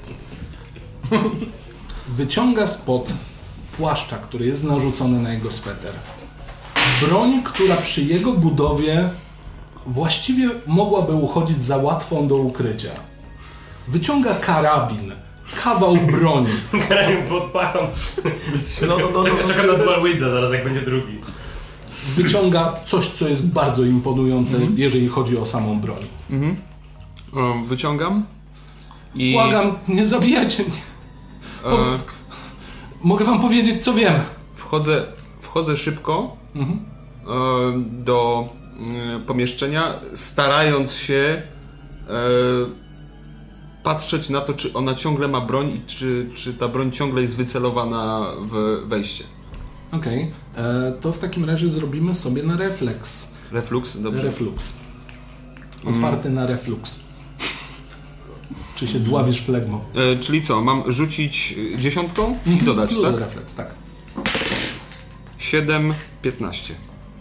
wyciąga spod płaszcza, który jest narzucony na jego sweter, broń, która przy jego budowie właściwie mogłaby uchodzić za łatwą do ukrycia. Wyciąga karabin, kawał broni. Karabin podpalam. No, no, no, Czekam czeka na dual winda zaraz, jak będzie drugi. Wyciąga coś, co jest bardzo imponujące, mhm. jeżeli chodzi o samą broń. Mhm. O, wyciągam i... Błagam, nie zabijajcie mnie. Mo- e... Mogę wam powiedzieć, co wiem. Wchodzę, wchodzę szybko mhm. e, do e, pomieszczenia, starając się e, patrzeć na to, czy ona ciągle ma broń i czy, czy ta broń ciągle jest wycelowana w wejście. Okej, okay. To w takim razie zrobimy sobie na refleks. Reflux, dobrze. Reflux. Otwarty mm. na reflux. Czy się dławisz flegmą? E, czyli co, mam rzucić dziesiątką i mm-hmm. dodać, Plus tak? refleks, tak. siedem, piętnaście.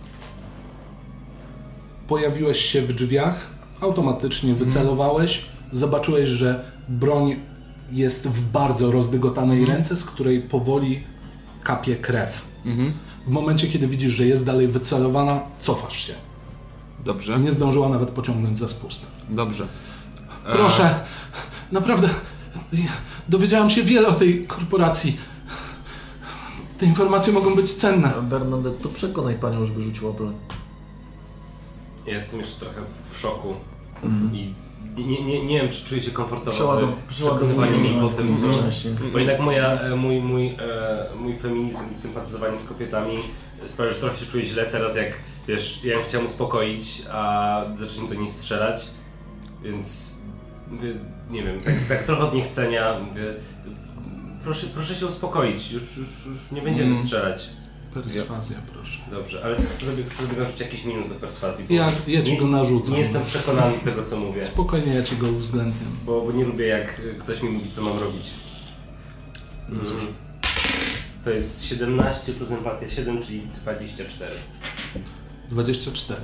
Pojawiłeś się w drzwiach, automatycznie wycelowałeś, zobaczyłeś, że broń jest w bardzo rozdygotanej mm. ręce, z której powoli kapie krew. Mm-hmm. W momencie, kiedy widzisz, że jest dalej wycelowana, cofasz się. Dobrze. Nie zdążyła nawet pociągnąć za spust. Dobrze. E... Proszę, naprawdę, dowiedziałam się wiele o tej korporacji. Te informacje mogą być cenne. Bernadette, to przekonaj panią, żeby rzuciła broń. Ja jestem jeszcze trochę w szoku mm. i nie, nie, nie wiem, czy czuję się komfortowo Przeładom, z przekonywaniem jej po tym, co... Mm. Bo jednak moja, mój, mój, mój feminizm i sympatyzowanie z kobietami sprawia, że trochę się czuję źle teraz, jak wiesz, ja ją chciałem uspokoić, a zacznie do niej strzelać, więc mówię, nie wiem, tak, tak trochę od niechcenia, mówię, proszę, proszę się uspokoić, już, już, już nie będziemy mm. strzelać. Perswazja, proszę. Dobrze, ale chcę sobie, chcę sobie narzucić jakiś minus do perswazji. Ja, ja ci nie, go narzucam. Nie jestem przekonany tego, co mówię. Spokojnie, ja ci go uwzględniam. Bo, bo nie lubię, jak ktoś mi mówi, co mam robić. No cóż. To jest siedemnaście plus empatia siedem, czyli dwadzieścia cztery. dwadzieścia cztery.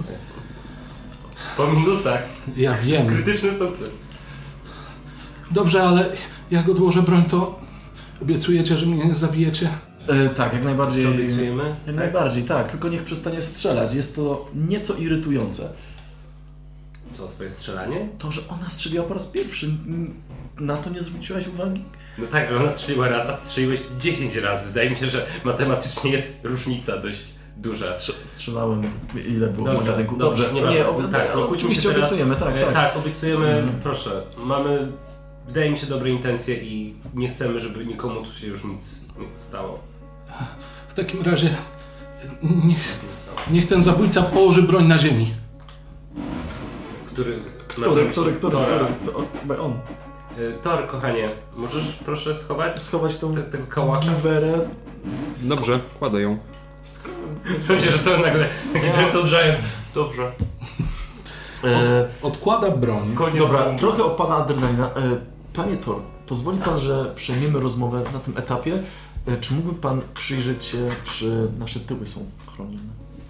Po minusach. Ja wiem. Krytyczny sukces. Dobrze, ale jak odłożę broń, to obiecujecie, że mnie nie zabijecie? Yy, tak, jak najbardziej. Czy obiecujemy? Jak tak? najbardziej, tak. Tylko niech przestanie strzelać. Jest to nieco irytujące. Co, twoje strzelanie? To, że ona strzeliła po raz pierwszy. Na to nie zwróciłaś uwagi? No tak, ale ona strzeliła raz, a strzeliłeś dziesięć razy. Wydaje mi się, że matematycznie jest różnica dość duża. Strze- strzelałem, ile było dobrze, w magazynku. Dobrze, dobrze. nie, nie, ob- ob- tak, ale oczywiście obiecujemy, tak, tak. Tak, obiecujemy, mm. proszę. Mamy, wydaje mi się, dobre intencje i nie chcemy, żeby nikomu tu się już nic nie stało. W takim razie niech, niech ten zabójca położy broń na ziemi. Który? Który, który, który, który? On. Thor, kochanie, możesz proszę schować? Schować tą te, tego kałaka? giwerę. Dobrze, kładę ją. Myślę, że to nagle taki Gentle Giant. Dobrze. Od, odkłada broń. Koniec Dobra, bomby. Trochę o pana adrenalina. Panie Thor, pozwoli pan, że przejmiemy rozmowę na tym etapie. Czy mógłby pan przyjrzeć się, czy nasze tyły są chronione?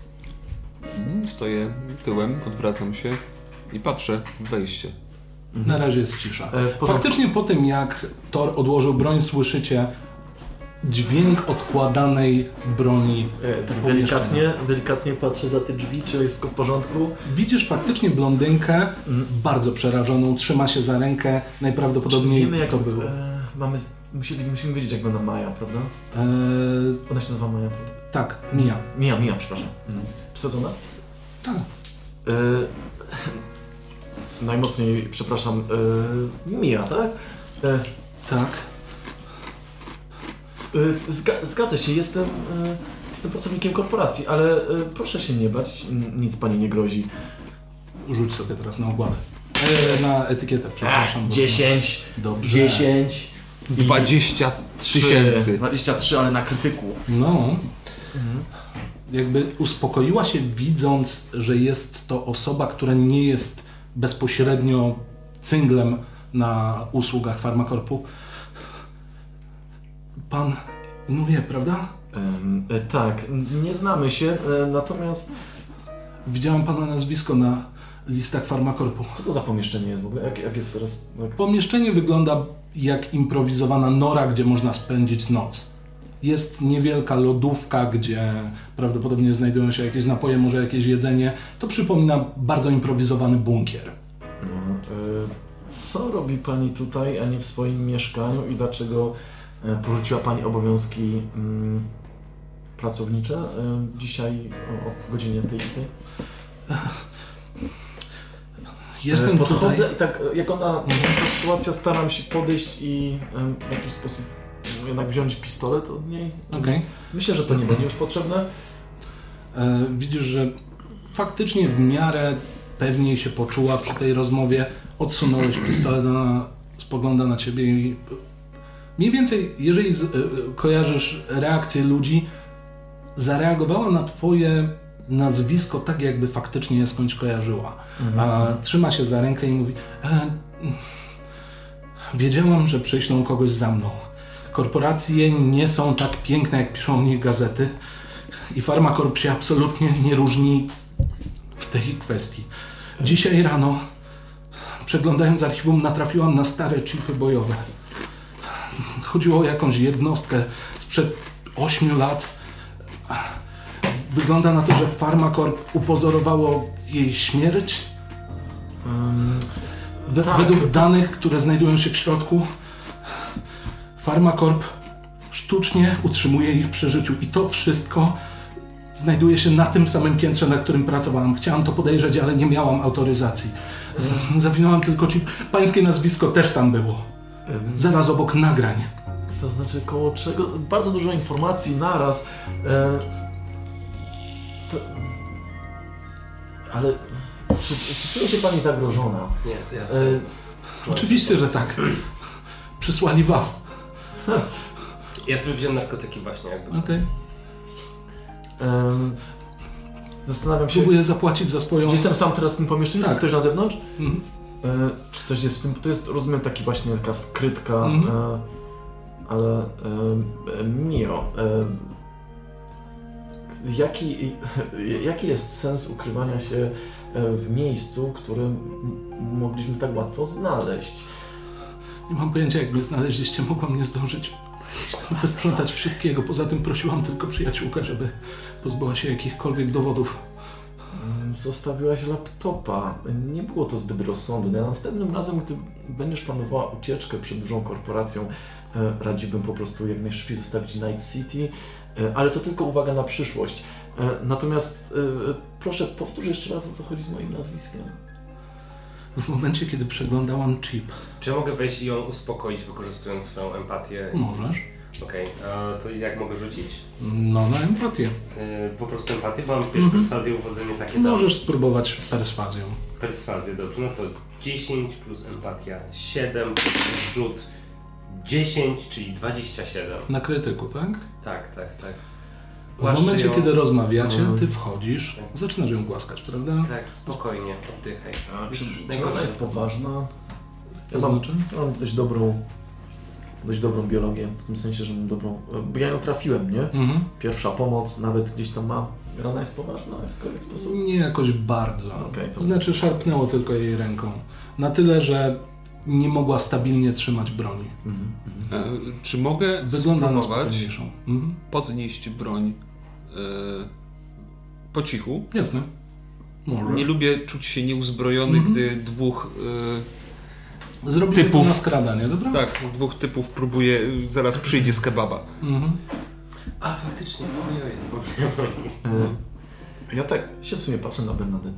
Stoję tyłem, odwracam się i patrzę w wejście. Na razie jest cisza. Faktycznie po tym, jak Thor odłożył broń, słyszycie dźwięk odkładanej broni. Tak delikatnie, delikatnie patrzę za te drzwi, czy jest wszystko w porządku. Widzisz faktycznie blondynkę, mm. bardzo przerażoną, trzyma się za rękę, najprawdopodobniej wiemy, jak to było. E, mamy, musimy, musimy wiedzieć, jak wygląda Maja, prawda? E... Ona się nazywa Maja, prawda? Tak, Mia. Mia, Mia, przepraszam. Mm. Czy to ona? Tak. E... Najmocniej, przepraszam, e... Mia, tak? E... Tak. Zga- zgadza się, jestem, jestem pracownikiem korporacji, ale proszę się nie bać, nic pani nie grozi. Rzuć sobie teraz na ogładę. E, na etykietę, przepraszam. dziesięć, Dobrze. dziesięć, dwadzieścia tysięcy. dwadzieścia trzy, ale na krytyku. No. Mhm. Jakby uspokoiła się, widząc, że jest to osoba, która nie jest bezpośrednio cynglem na usługach Farmakorpu. Pan Inuje, prawda? Um, e, tak, nie znamy się, e, natomiast... Widziałem pana nazwisko na listach Farmakorpu. Co to za pomieszczenie jest w ogóle? Jak, jak jest teraz? Jak... Pomieszczenie wygląda jak improwizowana nora, gdzie można spędzić noc. Jest niewielka lodówka, gdzie prawdopodobnie znajdują się jakieś napoje, może jakieś jedzenie. To przypomina bardzo improwizowany bunkier. No, e, co robi pani tutaj, a nie w swoim mieszkaniu i dlaczego e, porzuciła pani obowiązki mm, pracownicze e, dzisiaj o, o godzinie tej i tej? Jestem Podchodzę tutaj... i tak, jak ona, ta sytuacja, staram się podejść i em, w jakiś sposób jednak wziąć pistolet od niej. Okay. Myślę, że to nie będzie już potrzebne. E, widzisz, że faktycznie w miarę pewniej się poczuła przy tej rozmowie. Odsunąłeś pistolet, ona spogląda na ciebie i mniej więcej, jeżeli z, e, kojarzysz reakcję ludzi, zareagowała na twoje nazwisko tak, jakby faktycznie je skądś kojarzyła. Mhm. A trzyma się za rękę i mówi: e, wiedziałam, że przyślą kogoś za mną. Korporacje nie są tak piękne, jak piszą o nich gazety i Farmakorp się absolutnie nie różni w tej kwestii. Dzisiaj rano, przeglądając archiwum, natrafiłam na stare chipy bojowe. Chodziło o jakąś jednostkę sprzed ośmiu lat. Wygląda na to, że Farmakorp upozorowało jej śmierć. Um, we, tak. Według danych, które znajdują się w środku, Farmakorp sztucznie utrzymuje ich przy życiu i to wszystko znajduje się na tym samym piętrze, na którym pracowałam. Chciałam to podejrzeć, ale nie miałam autoryzacji. Z- zawinęłam tylko chip. Pańskie nazwisko też tam było. Zaraz obok nagrań. To znaczy koło czego? Bardzo dużo informacji naraz. E, to... Ale czy, czy czuje się pani zagrożona? Nie, to ja... E, Oczywiście, że tak. Przysłali was. Ja sobie wziąłem narkotyki właśnie. Jakby Okej. Okay. Um, zastanawiam się... Próbuję zapłacić za swoją... Czy jestem sam teraz w tym pomieszczeniu? Tak. Jest ktoś na zewnątrz? Mhm. E, czy coś jest w tym... To jest, rozumiem, taki właśnie taka skrytka, Mhm. e, ale... E, Mio, e, jaki, jaki jest sens ukrywania się w miejscu, które m- mogliśmy tak łatwo znaleźć? Nie mam pojęcia, jak mnie znaleźliście. Mogłam nie zdążyć wysprzątać wszystkiego. Poza tym prosiłam tylko przyjaciółkę, żeby pozbyła się jakichkolwiek dowodów. Zostawiłaś laptopa. Nie było to zbyt rozsądne. Następnym razem, gdy będziesz planowała ucieczkę przed dużą korporacją, radziłbym po prostu jak najszybciej zostawić Night City, ale to tylko uwaga na przyszłość. Natomiast proszę, powtórz jeszcze raz, o co chodzi z moim nazwiskiem. W momencie, kiedy przeglądałam chip. Czy ja mogę wejść i ją uspokoić, wykorzystując swoją empatię? Możesz. Okej, okay. To jak mogę rzucić? No, na empatię. Yy, po prostu empatię, bo mam pierwsze mm-hmm. perswazję, uwodzenie takie. Możesz tam. Spróbować perswazją. Perswazję, dobrze, no to dziesięć plus empatia siedem, plus rzut dziesięć, czyli dwadzieścia siedem. Na krytyku, tak? Tak, tak, tak. W momencie, ją... kiedy rozmawiacie, Mhm. ty wchodzisz, tak. Zaczynasz ją głaskać, prawda? Tak, spokojnie, oddychaj. A czy, czy ona jest poważna? To Ja mam, znaczy? mam dość dobrą, dość dobrą biologię, w tym sensie, że mam dobrą, bo ja ją trafiłem, nie? Mhm. Pierwsza pomoc, nawet gdzieś tam ma. Rana jest poważna w jakikolwiek sposób? Nie jakoś bardzo. Okay, to... to znaczy szarpnęło tylko jej ręką. Na tyle, że nie mogła stabilnie trzymać broni. Mhm, mhm. E, czy mogę Wygląda na spróbować mhm. podnieść broń e, po cichu? Jasne. Możesz. Nie lubię czuć się nieuzbrojony, mhm. gdy dwóch e, Zrobimy typów... to na skradanie, dobra? Tak, dwóch typów próbuje, zaraz przyjdzie z kebaba. Mhm. A, faktycznie, ojoj, zapomniałem. Ja tak się w sumie patrzę na Bernadette.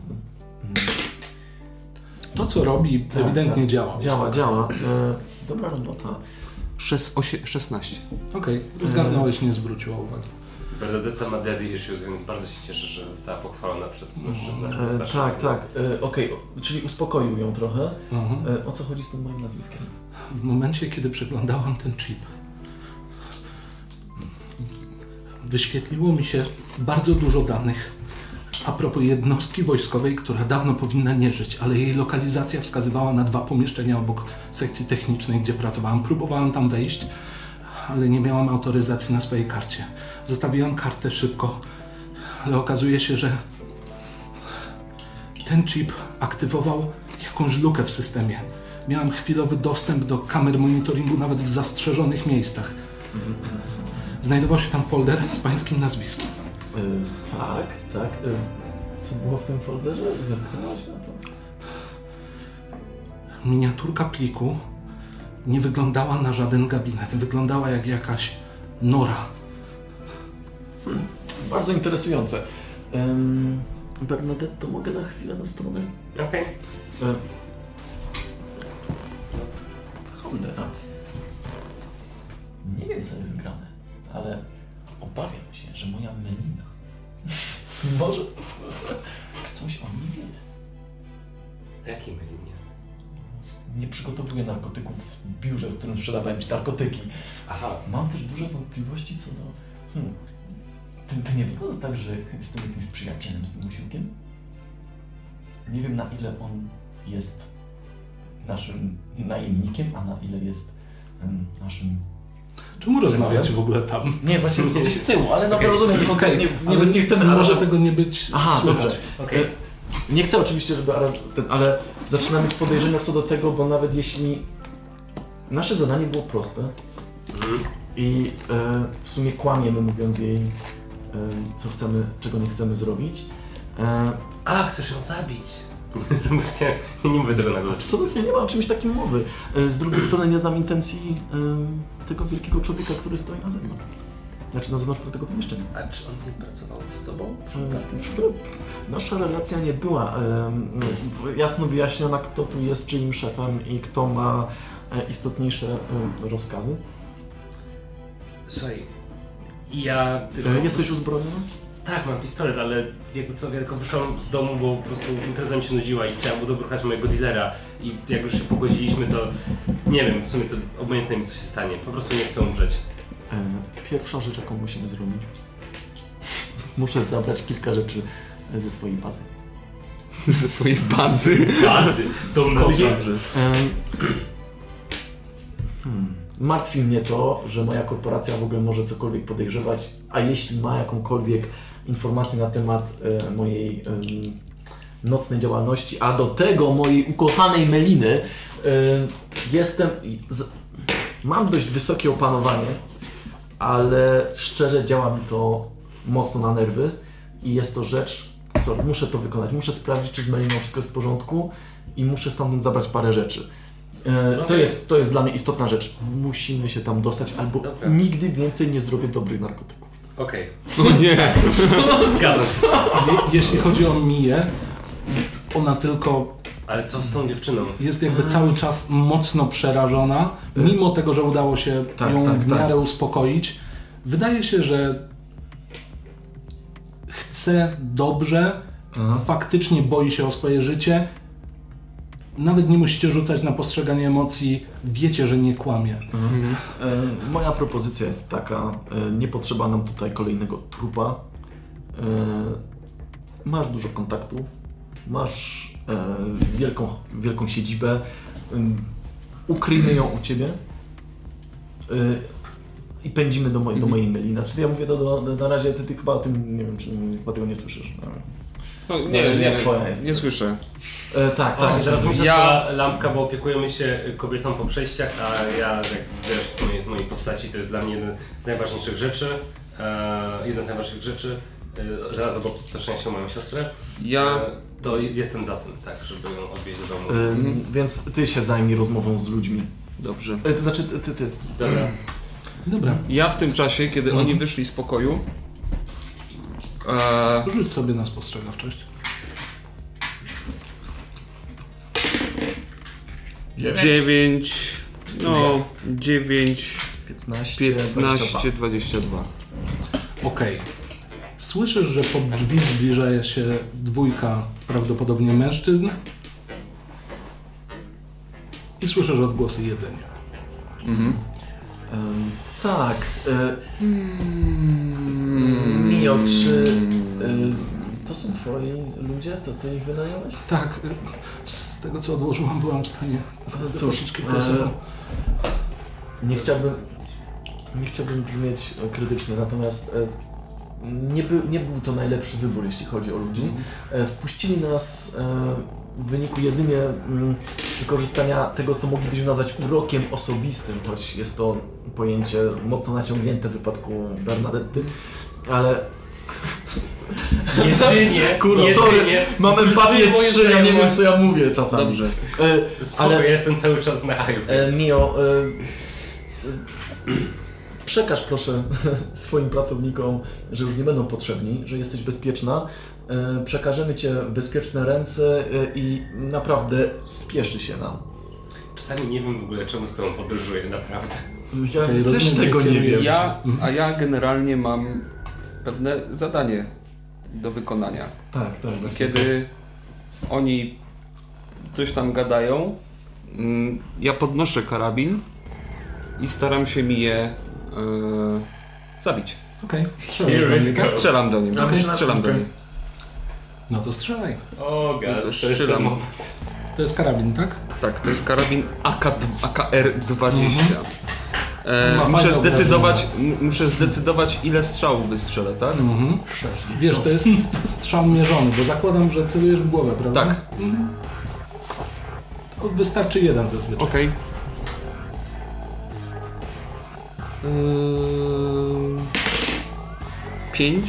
To, co robi, tak, ewidentnie tak. działa. Działa, działa. E, dobra robota. szesnaście. Okej, okay. Zgarnąłeś, nie zwróciła uwagi. Bernadetta ma daddy issues, więc bardzo się cieszę, że została pochwalona przez mężczyznę. E, tak, tak. E, Okej, okay. Czyli uspokoił ją trochę. Mhm. E, o co chodzi z tym moim nazwiskiem? W momencie, kiedy przeglądałam ten chip, wyświetliło mi się bardzo dużo danych a propos jednostki wojskowej, która dawno powinna nie żyć, ale jej lokalizacja wskazywała na dwa pomieszczenia obok sekcji technicznej, gdzie pracowałem. Próbowałem tam wejść, ale nie miałam autoryzacji na swojej karcie. Zostawiłam kartę szybko, ale okazuje się, że ten chip aktywował jakąś lukę w systemie. Miałem chwilowy dostęp do kamer monitoringu nawet w zastrzeżonych miejscach. Znajdował się tam folder z pańskim nazwiskiem. Yy, tak, tak. Yy, co było w tym folderze? Zetknęłaś na to? Miniaturka pliku nie wyglądała na żaden gabinet. Wyglądała jak jakaś nora. Hmm, bardzo interesujące. Um, Bernadette, mogę na chwilę na stronę? Okej. Okay. Yy. Cholera. Nie wiem, co jest grane, ale obawiam się, że moja Melina może ktoś o niej wie. Jakiej Melinie? Nie przygotowuję narkotyków w biurze, w którym sprzedawałem ci narkotyki. Aha. Mam też duże wątpliwości co do... Hmm. To, to nie wygląda tak, że jestem jakimś przyjacielem z tym osiłkiem? Nie wiem, na ile on jest naszym najemnikiem, a na ile jest um, naszym... Czemu rozmawiacie w ogóle tam? Nie, właśnie gdzieś z tyłu, ale no okay. rozumiem, nie, okay. nie, nie, nie, nie chcemy... Może ale... tego nie być Aha, słychać. dobrze. Okay. Nie chcę oczywiście, żeby ten, ale zaczynam mieć podejrzenia co do tego, bo nawet jeśli nasze zadanie było proste mm. i e, w sumie kłamiemy, mówiąc jej, e, co chcemy, czego nie chcemy zrobić. E, A, chcesz ją zabić? nie mówię tego na głos. Absolutnie nie ma o czymś takim mowy. E, z drugiej strony nie znam intencji e, tego wielkiego człowieka, który stoi na zewnątrz. Znaczy na zewnątrz tego pomieszczenia. A czy on nie pracował z tobą? Nasza relacja nie była um, jasno wyjaśniona, kto tu jest czyim szefem i kto ma e, istotniejsze e, rozkazy. Słuchaj, ja... Tylko... E, jesteś uzbrojony? Tak, mam pistolet, ale jakby co, ja tylko wyszłam z domu, bo po prostu impreza mi się nudziła i chciałam udobruchać mojego dealera i jak już się pogodziliśmy, to nie wiem, w sumie to obojętne mi co się stanie, po prostu nie chcę umrzeć. E, pierwsza rzecz, jaką musimy zrobić, muszę zabrać kilka rzeczy ze swojej bazy. Ze swojej bazy? Bazy? To dobrze. E, hmm. Martwi mnie to, że moja korporacja w ogóle może cokolwiek podejrzewać, a jeśli ma jakąkolwiek informację na temat e, mojej e, nocnej działalności, a do tego mojej ukochanej Meliny, e, jestem... Z, mam dość wysokie opanowanie, ale szczerze działa mi to mocno na nerwy i jest to rzecz, co muszę to wykonać. Muszę sprawdzić, czy z Meliną wszystko jest w porządku i muszę stamtąd zabrać parę rzeczy. E, to, jest, to jest dla mnie istotna rzecz. Musimy się tam dostać, albo Dobra. nigdy więcej nie zrobię dobrych narkotyków. Okej. Okay. O nie! Zgadzam się. Jeśli chodzi o Miję, ona tylko... Ale co z tą dziewczyną? Jest jakby cały czas mocno przerażona, mimo tego, że udało się tak, ją tak, w miarę tak. uspokoić. Wydaje się, że chce dobrze, Aha. faktycznie boi się o swoje życie. Nawet nie musicie rzucać na postrzeganie emocji, wiecie, że nie kłamie. Mhm. E, moja propozycja jest taka, e, nie potrzeba nam tutaj kolejnego trupa. E, masz dużo kontaktów, masz e, wielką, wielką siedzibę, e, ukryjmy ją u Ciebie e, i pędzimy do, moj, do mojej Meli. Znaczy ja mówię, do, do, na razie Ty, ty chyba o tym, nie wiem, czy chyba tego nie słyszysz. No, nie, nie, nie, nie, nie słyszę. E, tak, tak. O, teraz myślę, ja... lampka, bo opiekujemy się kobietą po przejściach, a ja, jak wiesz, z mojej, z mojej postaci to jest dla mnie jeden z najważniejszych rzeczy. E, jeden z najważniejszych rzeczy. E, zaraz obok to szczęście moją siostrę. Ja... E, to jestem za tym, tak, żeby ją odwieźć do domu. E, mhm. Więc Ty się zajmij rozmową z ludźmi. Dobrze. E, to znaczy, Ty, Ty. ty. Dobra. Dobra. Ja w tym czasie, kiedy mhm. oni wyszli z pokoju... E... Rzuć sobie na spostrzegawczość. dziewięć, no dziewięć, piętnaście, piętnaście, dwadzieścia dwa. Okej. Okay. Słyszysz, że pod drzwi zbliża się dwójka prawdopodobnie mężczyzn i słyszysz odgłosy jedzenia. Mhm. Um, tak. Y- hmm. Mio, czy y, to są twoi ludzie? To ty ich wynająłeś? Tak, z tego co odłożyłam byłam w stanie zaprosić kilka osób. E, nie chciałbym, nie chciałbym brzmieć krytycznie, natomiast e, nie, by, nie był to najlepszy wybór, jeśli chodzi o ludzi. E, wpuścili nas e, w wyniku jedynie mm, wykorzystania tego, co moglibyśmy nazwać urokiem osobistym, choć jest to pojęcie mocno naciągnięte w wypadku Bernadetty, ale... Jedynie, Kurwa, jedynie, sorry, mam empatię trzy, ja nie wiem co ja mówię czasami. Dobrze. E, Spoko, ale ja jestem cały czas na haju. e, Mio, e, e, przekaż proszę swoim pracownikom, że już nie będą potrzebni, że jesteś bezpieczna. E, przekażemy Cię w bezpieczne ręce e, i naprawdę spieszy się nam. Czasami nie wiem w ogóle czemu z tobą podróżuję, naprawdę. Ja Tej też tego nie wiem. Ja, a ja generalnie mam pewne zadanie do wykonania. Tak, tak. Właśnie. Kiedy oni coś tam gadają, ja podnoszę karabin i staram się mi je e, zabić. Okej, okay. Strzelasz do mnie, tak? Strzelam do niej. Okay. Strzelam do niej. No to strzelaj. O, god, No to to strzelam. jest ten moment. To jest karabin, tak? Tak, to jest karabin A K R dwadzieścia. E, Ma muszę fajne zdecydować, m- muszę zdecydować, ile strzałów wystrzelę, tak? Mhm. Wiesz, to jest strzał mierzony, bo zakładam, że celujesz w głowę, prawda? Tak. Mhm. To wystarczy jeden zazwyczaj. Okej. Ym, Pięć.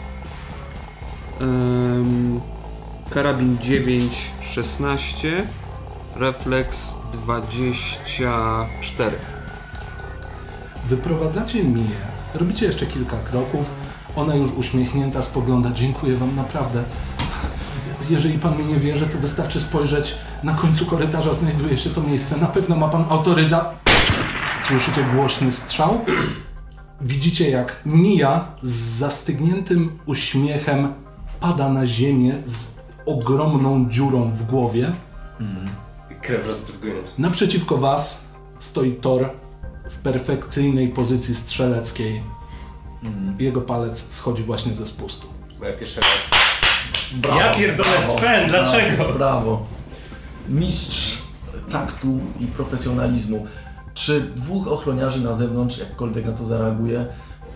Ym, Karabin dziewięć, szesnaście. Refleks dwadzieścia cztery. Wyprowadzacie Miję, robicie jeszcze kilka kroków, ona już uśmiechnięta spogląda, dziękuję wam naprawdę. Jeżeli pan mi nie wierzy, to wystarczy spojrzeć, na końcu korytarza znajduje się to miejsce, na pewno ma pan autoryzację. Słyszycie głośny strzał, widzicie jak Mija z zastygniętym uśmiechem pada na ziemię z ogromną dziurą w głowie. Krew rozbryzgująca. Naprzeciwko was stoi Thor w perfekcyjnej pozycji strzeleckiej. Mm. Jego palec schodzi właśnie ze spustu. Moja pierwsza reakcja. Brawo, Ja pierdolę, brawo, Sven, dlaczego? Brawo, brawo. Mistrz taktu i profesjonalizmu. Czy dwóch ochroniarzy na zewnątrz jakkolwiek na to zareaguje?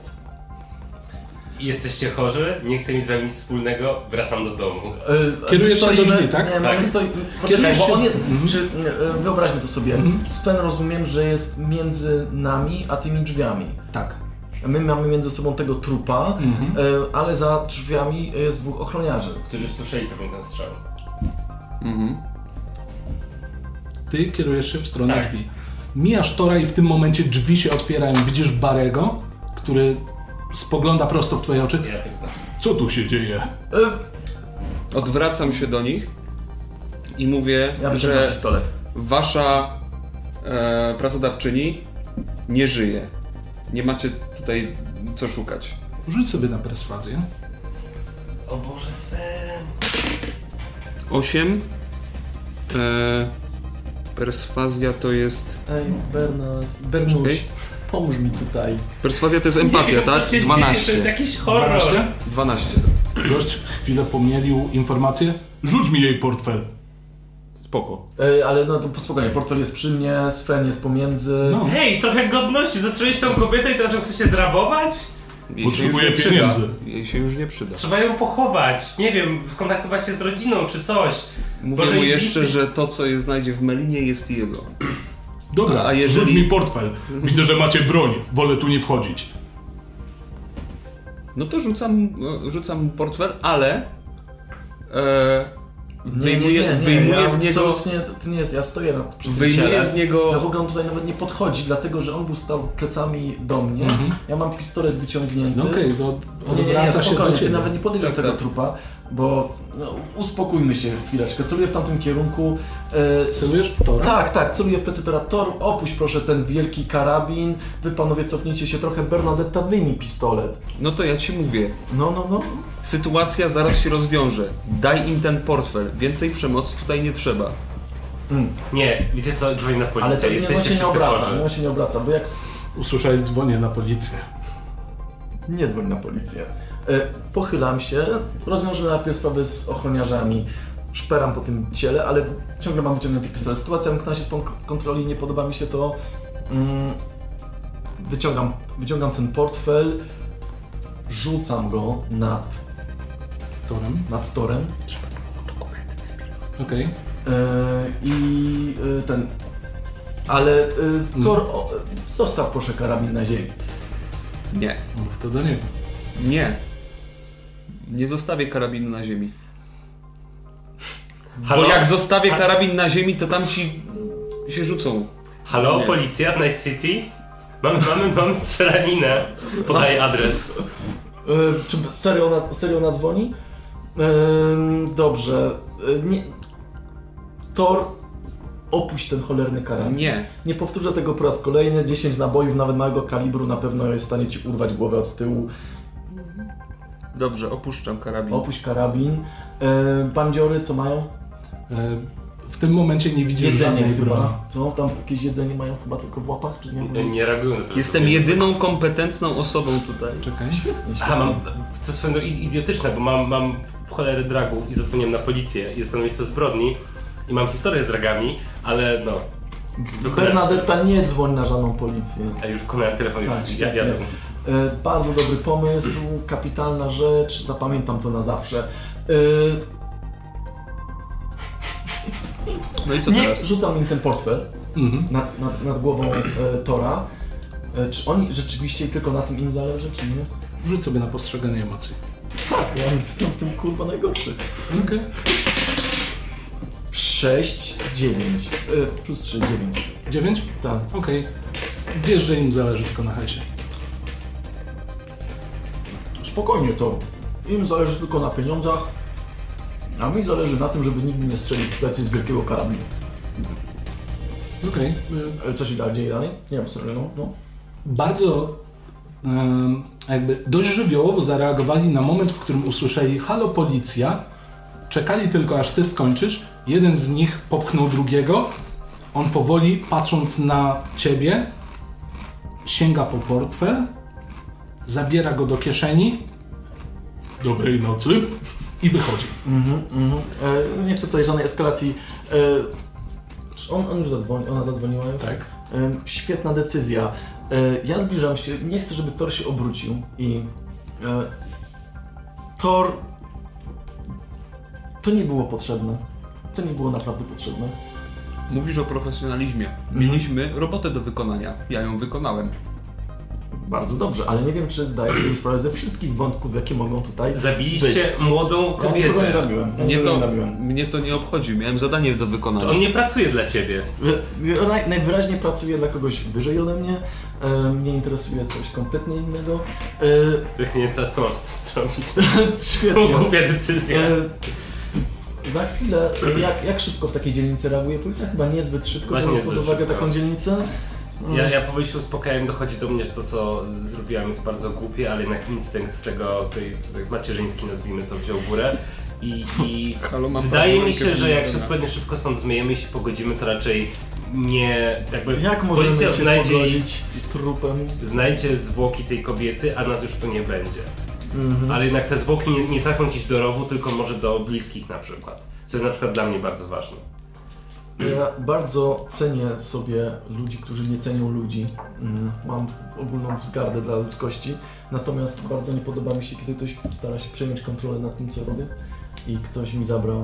Jesteście chorzy, nie chcę mieć z wami nic wspólnego, wracam do domu. Yy, Kierujesz się do drzwi, tak? Nie, Tak. mamy stoi... Poczekaj, Kierujesz bo się- on jest... Mhm. Czy, yy, wyobraźmy to sobie. Mhm. Sven, rozumiem, że jest między nami a tymi drzwiami. Tak. My mamy między sobą tego trupa, Mhm. yy, ale za drzwiami jest dwóch ochroniarzy. Którzy słyszeli pewnie ten strzał. Mhm. Ty kierujesz się w stronę Tak. drzwi. Mijasz Tora i w tym momencie drzwi się otwierają. Widzisz Barego, który spogląda prosto w twoje oczy. Ja pierdolę. Co tu się dzieje? Yy, Odwracam się do nich i mówię, ja wyciągam że pistolet. wasza e, pracodawczyni nie żyje. Nie macie tutaj co szukać. Rzuć sobie na perswazję. O Boże, Sven. osiem. E, perswazja to jest... Ej, Bernard, Bernuś, Czekaj. pomóż mi tutaj. Perswazja to jest empatia, Nie wiem, co tak? się dzieje, dwanaście. To jest jakiś horror. dwanaście? dwanaście. Gość chwilę pomielił informację. Rzuć mi jej portfel. Spoko. Ej, ale no to spokojnie, portfel jest przy mnie, Sven jest pomiędzy. No. Hej, trochę godności, zastrzelić tą kobietę i teraz ją chcecie zrabować? Jej Potrzebuję się już nie pieniędzy. przyda. Jej się już nie przyda. Trzeba ją pochować, nie wiem, skontaktować się z rodziną czy coś. Mówię Boże, mu i jeszcze, bliscy- że to, co je znajdzie w Melinie, jest jego. Dobra, A jeżeli- rzuć mi portfel. Widzę, że macie broń. Wolę tu nie wchodzić. No to rzucam, e, rzucam mu portfel, ale e, wyjmuję, wyjmuję ja z niego... absolutnie, to, to nie jest, ja stoję nad przy tym Wyjmuję ciele. z niego... Ja w ogóle on tutaj nawet nie podchodzi, dlatego że on był stał plecami do mnie. Mhm. Ja mam pistolet wyciągnięty. No okej, okay, Nie, nie, nie, odwraca się spokojnie, do ty ciebie. nawet nie podejdziesz Tak, do tego tak. trupa, bo no, uspokójmy się chwileczkę, celuję w tamtym kierunku. E, Celujesz w Tora? Tak, tak, celuję w plecy Tora. Tor, opuść proszę ten wielki karabin, wy panowie cofnijcie się trochę, Bernadetta wyjmij pistolet. No to ja ci mówię. No, no, no. Sytuacja zaraz się rozwiąże. Daj im ten portfel. Więcej przemocy tutaj nie trzeba. Mm. Nie, wiecie co, dzwoni na policję, Ale to mnie jesteście właśnie nie wszyscy obraca, chorzy. mnie się nie obraca, bo jak Usłyszałeś, dzwonię na policję. nie dzwoń na policję. Pochylam się, rozwiążę najpierw sprawę z ochroniarzami, szperam po tym ciele, ale ciągle mam wyciągnięty pistolet. Sytuacja wymknęła się spod kontroli, nie podoba mi się to. Wyciągam, wyciągam ten portfel, rzucam go nad torem. Nad torem. Okej. Okay. I y, ten... Ale y, Tor, o, zostaw proszę karabin na ziemi. Nie. Mów to do niego. Nie. Nie zostawię karabinu na ziemi. Halo? Bo jak zostawię karabin na ziemi, to tam ci się rzucą. Halo, Nie. policja, Night City? Mamy, mamy, mamy strzelaninę. Podaj adres. Y, czy serio ona, serio ona dzwoni? Y, dobrze. Y, nie... Tor, opuść ten cholerny karabin. Nie. Nie powtórzę tego po raz kolejny. dziesięć nabojów, nawet małego kalibru, na pewno jest w stanie ci urwać głowę od tyłu. Dobrze, opuszczam karabin. Opuść karabin. Yy, bandziory co mają? W tym momencie nie widzisz żadnej broni. Co? Tam jakieś jedzenie mają chyba tylko w łapach, czy nie? Nie, nie reagują na to. Jestem jedyną kompetentną osobą tutaj. Czekaj. Świetnie, świetnie. Aha, mam, co swoją drogą idiotyczne, bo mam, mam w cholerę dragów i zadzwoniłem na policję. Jest to na miejscu zbrodni i mam historię z dragami, ale no... Bernadetta, nie dzwoń na żadną policję. A już wykonałem telefon, już Tak, ja, jadę. E, bardzo dobry pomysł, kapitalna rzecz, zapamiętam to na zawsze. E, No i co nie, teraz? rzucam im ten portfel Mhm. nad, nad, nad głową e, Tora. E, czy oni rzeczywiście tylko na tym im zależy, czy nie? Rzuć sobie na postrzeganie emocji. Tak, ja jestem w tym kurwa najgorszy. Okej. Okay. sześć, dziewięć. E, plus trzy, dziewięć. dziewięć? Tak. Okej. Okay. Wiesz, że im zależy tylko na hajsie. Spokojnie to. Im zależy tylko na pieniądzach, a mi zależy na tym, żeby nikt mi nie strzelił w plecy z wielkiego karabinu. Okej. Okay. Co się da, dzieje dalej? Nie wiem, serio, no. no. Bardzo um, jakby dość żywiołowo zareagowali na moment, w którym usłyszeli halo policja, czekali tylko aż ty skończysz, jeden z nich popchnął drugiego, on powoli patrząc na ciebie sięga po portfel, zabiera go do kieszeni, dobrej nocy i wychodzi. Mhm, mhm. E, nie chcę tutaj żadnej eskalacji. E, czy on, on już zadzwonił, ona zadzwoniła już? Tak. E, świetna decyzja. E, ja zbliżam się, nie chcę, żeby Tor się obrócił i e, Tor... To nie było potrzebne. To nie było naprawdę potrzebne. Mówisz o profesjonalizmie. Mieliśmy robotę do wykonania. Ja ją wykonałem. Bardzo dobrze, ale nie wiem, czy zdajesz sobie sprawę ze wszystkich wątków, jakie mogą tutaj Zabiliście być. młodą Ja nikogo nie kobietę. zabiłem. Ja Mnie nikogo to, nie zabiłem. mnie to nie obchodzi. Miałem zadanie do wykonania. To on nie pracuje dla ciebie. Naj, najwyraźniej pracuję dla kogoś wyżej ode mnie. E, mnie interesuje coś kompletnie innego. Tak nie teraz co mam z tym zrobić? E, świetnie. Głupia decyzja. E, za chwilę, jak, jak szybko w takiej dzielnicy reaguje policja? Chyba niezbyt szybko, Właśnie biorąc pod niezbyt uwagę szybko. taką dzielnicę. Ja, ja powoli się uspokajam, dochodzi do mnie, że to co zrobiłam jest bardzo głupie, ale jednak instynkt z tego, tej, tej macierzyński nazwijmy to, wziął górę. I, i Halo, mam wydaje prawą mi się, rękę że jak się pilnowana. odpowiednio szybko stąd zmyjemy i się pogodzimy, to raczej nie... jakby Jak możemy policja się znajdzie, pogodzić z trupem? znajdzie zwłoki tej kobiety, a nas już tu nie będzie. Mhm. Ale jednak te zwłoki nie, nie trafią gdzieś do rowu, tylko może do bliskich na przykład. Co jest na przykład dla mnie bardzo ważne. Ja bardzo cenię sobie ludzi, którzy nie cenią ludzi. Mm, Mam ogólną wzgardę dla ludzkości, natomiast bardzo nie podoba mi się, kiedy ktoś stara się przejąć kontrolę nad tym, co robię i ktoś mi zabrał,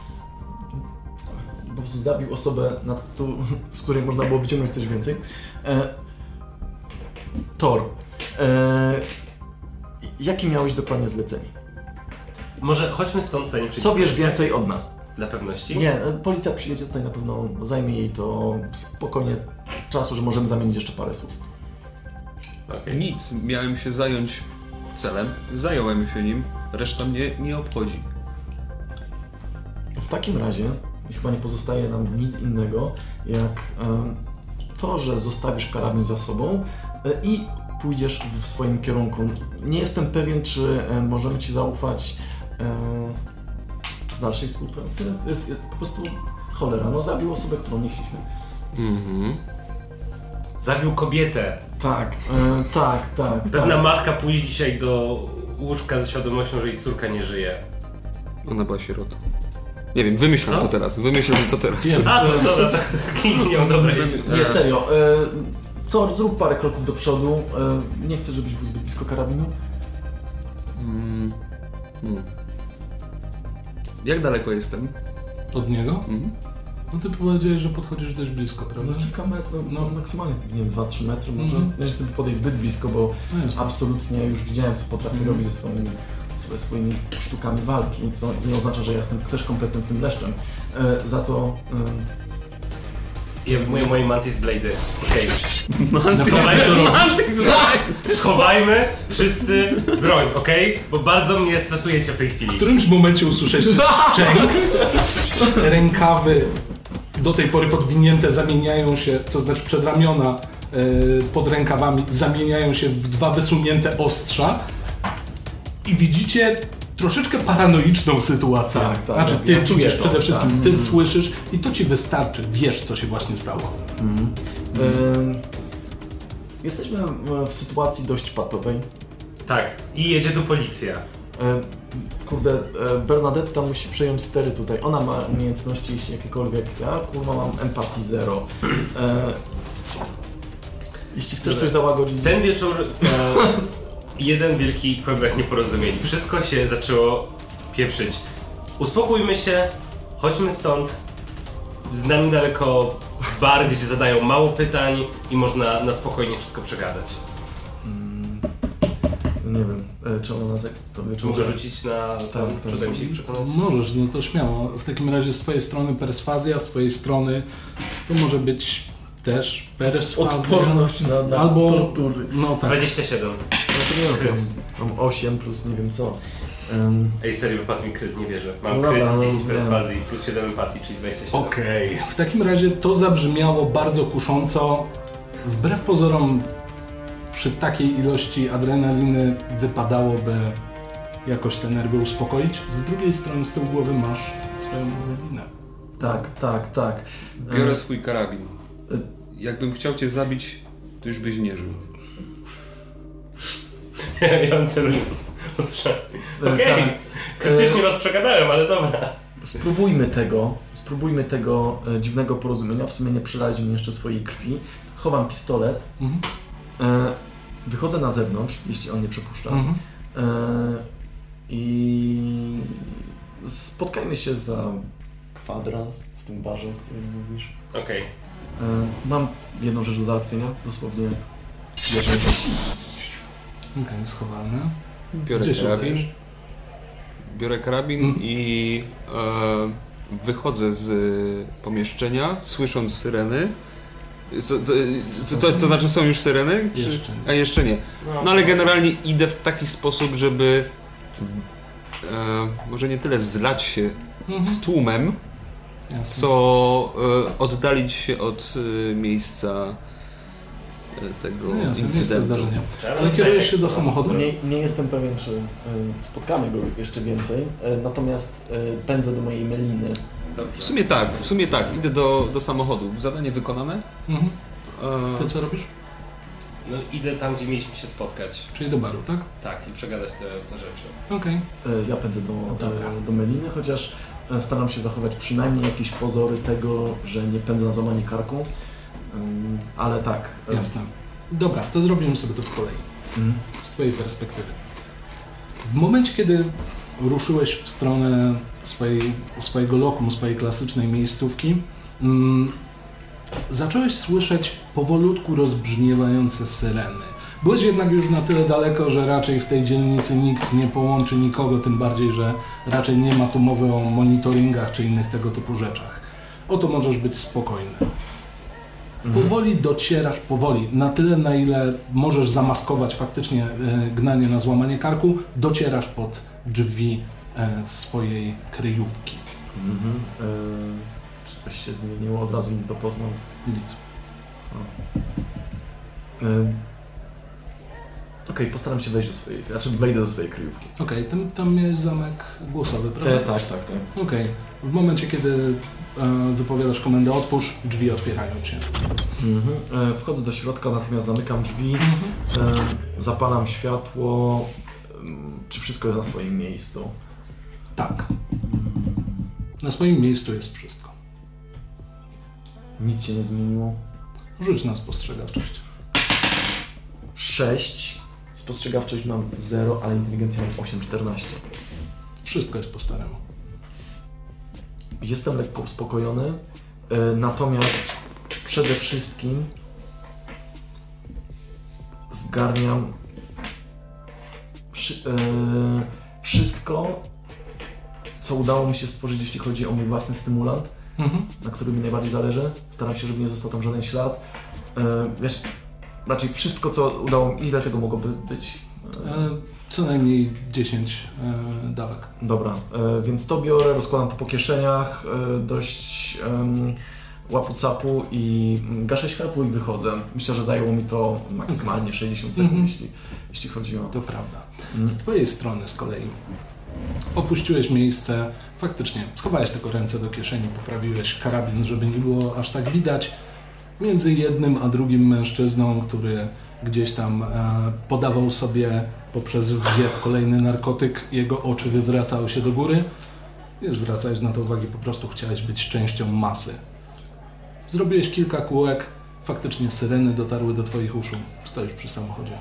po prostu zabił osobę, nad któ- z której można było wyciągnąć coś więcej. E, Tor, e, jakie miałeś dokładnie zlecenie? Może chodźmy stąd, zanim przyjdzie Co wiesz policja. więcej od nas? Dla pewności? Nie, policja przyjedzie tutaj na pewno, zajmie jej to spokojnie czasu, że możemy zamienić jeszcze parę słów. Okay. Nic. Miałem się zająć celem. Zająłem się nim. Reszta mnie nie obchodzi. W takim razie chyba nie pozostaje nam nic innego, jak e, to, że zostawisz karabin za sobą e, i pójdziesz w swoim kierunku. Nie jestem pewien, czy e, możemy Ci zaufać e, w dalszej współpracy. Jest, jest, jest po prostu cholera, no zabił osobę, którą nie chcieliśmy. Mhm. Zabił kobietę. Tak, e, tak, tak. Pewna tak. matka pójdzie dzisiaj do łóżka ze świadomością, że jej córka nie żyje. Ona była sierotą. Nie wiem, wymyślam Co? to teraz, wymyślam to teraz. A, to dobra, tak, z nią, dobra, jest. Nie, serio. E, to zrób parę kroków do przodu. E, nie chcę, żebyś był zbyt blisko karabinu. Mm. Hmm. Jak daleko jestem? Od niego? Mhm. No ty powiedziałeś, że podchodzisz dość blisko, prawda? No kilka metrów, no, no maksymalnie, nie wiem, dwa trzy metry może. Mhm. Ja nie chcę podejść zbyt blisko, bo No jest. absolutnie już widziałem, co potrafi Mhm. robić ze swoimi, ze swoimi sztukami walki, co nie oznacza, że ja jestem też kompletnym w tym leszczem. E, za to... E, Ja moje, moje Mantis Blade'y. Okej. Mantis Schowajmy, Mantis schowajmy wszyscy broń, okej? Bo bardzo mnie stresujecie w tej chwili. W którymś momencie usłyszeliście szczęk, rękawy do tej pory podwinięte zamieniają się, to znaczy przedramiona yy, pod rękawami zamieniają się w dwa wysunięte ostrza i widzicie troszeczkę paranoiczną sytuację. Tak, tak, znaczy ty ja czuję czujesz to, przede wszystkim, tak. ty Mhm. słyszysz i to ci wystarczy, wiesz co się właśnie stało. Mhm. E, jesteśmy w sytuacji dość patowej. Tak. I jedzie tu policja. E, kurde, e, Bernadetta musi przejąć stery tutaj. Ona ma umiejętności jeśli jakiekolwiek. Ja kurwa mam empatii zero. E, jeśli chcesz coś załagodzić... Ten wieczór e, jeden wielki kłębek nieporozumień. Wszystko się zaczęło pieprzyć. Uspokójmy się, chodźmy stąd. Z nami daleko bar, gdzie zadają mało pytań i można na spokojnie wszystko przegadać. Nie wiem, e, czy ona nas jak to Czy mogę rzucić na Tak, tam, tak. czy uda mi się ich przekonać? Możesz, no to śmiało. W takim razie z twojej strony perswazja, z twojej strony to może być też perswazja. Odporność na, na Albo- tortury. No tak. dwadzieścia siedem. No to nie wiem, mam osiem plus nie wiem co. Um, Ej, serio, wypadł mi kryt, nie wierzę. Mam No kryt dobra, i no, dziesięć wiem. perswazji, plus siedem empatii, czyli dwadzieścia siedem. Okej, w takim razie to zabrzmiało bardzo kusząco. Wbrew pozorom przy takiej ilości adrenaliny wypadałoby jakoś te nerwy uspokoić. Z drugiej strony z tyłu głowy masz swoją adrenalinę. tak, tak, tak. Biorę E, swój karabin. Jakbym chciał cię zabić, to już byś nie żył. Ja mam celuję z ostrzami. E, Okej, tak. krytycznie was przegadałem, ale dobra. Spróbujmy tego, spróbujmy tego e, dziwnego porozumienia. W sumie nie przelaliśmy mi jeszcze swojej krwi. Chowam pistolet. Mhm. E, wychodzę na zewnątrz, jeśli on nie przepuszcza. Mhm. E, I spotkajmy się za kwadrans w tym barze, o którym mówisz. Okej. E, mam jedną rzecz do załatwienia, dosłownie jedną rzecz. Okej, schowane. Biorę Gdzie się karabin. udajesz? Biorę karabin Mm. i e, wychodzę z pomieszczenia, słysząc syreny. Co, to, co, to, to znaczy są już syreny? Czy... Jeszcze nie. A jeszcze nie. No ale generalnie idę w taki sposób, żeby e, może nie tyle zlać się Mhm. z tłumem, Jasne. co e, oddalić się od e, miejsca e, tego No jasne, miejsce incydentu. zdarzenia. Trzeba Ale kierujesz się do rozmawiać. samochodu? Nie, nie jestem pewien, czy y, spotkamy go jeszcze więcej, y, natomiast y, pędzę do mojej meliny. W sumie tak, w sumie tak. Idę do, do samochodu. Zadanie wykonane. Mhm. E, Ty co robisz? No idę tam, gdzie mieliśmy się spotkać. Czyli do baru, tak? Tak, i przegadać te, te rzeczy. Okej. Y, ja pędzę do, Dobra. do, do meliny, chociaż y, staram się zachować przynajmniej jakieś pozory tego, że nie pędzę na złamanie karku. Y, ale tak. y, Jasne. Dobra, to zrobimy sobie to po kolei. mm, Z twojej perspektywy. W momencie, kiedy ruszyłeś w stronę swojej, swojego lokum, swojej klasycznej miejscówki, mm, zacząłeś słyszeć powolutku rozbrzmiewające syreny. Byłeś jednak już na tyle daleko, że raczej w tej dzielnicy nikt nie połączy nikogo, tym bardziej, że raczej nie ma tu mowy o monitoringach czy innych tego typu rzeczach. Oto możesz być spokojny. Powoli docierasz, powoli, na tyle na ile możesz zamaskować faktycznie e, gnanie na złamanie karku, docierasz pod drzwi e, swojej kryjówki. mhm, y, czy coś się zmieniło? Od razu to poznam. Nic. Y, Okej, postaram się wejść do swojej, znaczy wejdę do swojej kryjówki. Okej, tam, tam miałeś zamek głosowy, prawda? E, tak, tak, tak. Okej, w momencie kiedy e, wypowiadasz komendę otwórz, drzwi otwierają się. Mhm. E, Wchodzę do środka, natomiast zamykam drzwi, e, zapalam światło, czy wszystko jest na swoim miejscu? Tak. Na swoim miejscu jest wszystko. Nic się nie zmieniło? Rzuć na spostrzegawczość. sześć. Spostrzegawczość mam zero, ale inteligencja mam osiem, czternaście. Wszystko jest po staremu. Jestem lekko uspokojony, yy, natomiast przede wszystkim zgarniam wszy, yy, wszystko, co udało mi się stworzyć, jeśli chodzi o mój własny stymulant, mhm. na którym mi najbardziej zależy. Staram się, żeby nie został tam żaden ślad. Yy, wiesz, raczej wszystko, co udało mi, ile tego mogłoby być? E, co najmniej dziesięć e, dawek. Dobra, e, więc to biorę, rozkładam to po kieszeniach, e, dość e, łapu-capu i gaszę światło i wychodzę. Myślę, że zajęło mi to maksymalnie okay. sześćdziesiąt sekund, mm-hmm. jeśli, jeśli chodzi o... To prawda. Mm. Z twojej strony z kolei opuściłeś miejsce, faktycznie schowałeś tylko ręce do kieszeni, poprawiłeś karabin, żeby nie było aż tak widać. Między jednym a drugim mężczyzną, który gdzieś tam e, podawał sobie poprzez wdziew kolejny narkotyk, jego oczy wywracały się do góry. Nie zwracałeś na to uwagi, po prostu chciałeś być częścią masy. Zrobiłeś kilka kółek, faktycznie syreny dotarły do twoich uszu. Stoisz przy samochodzie.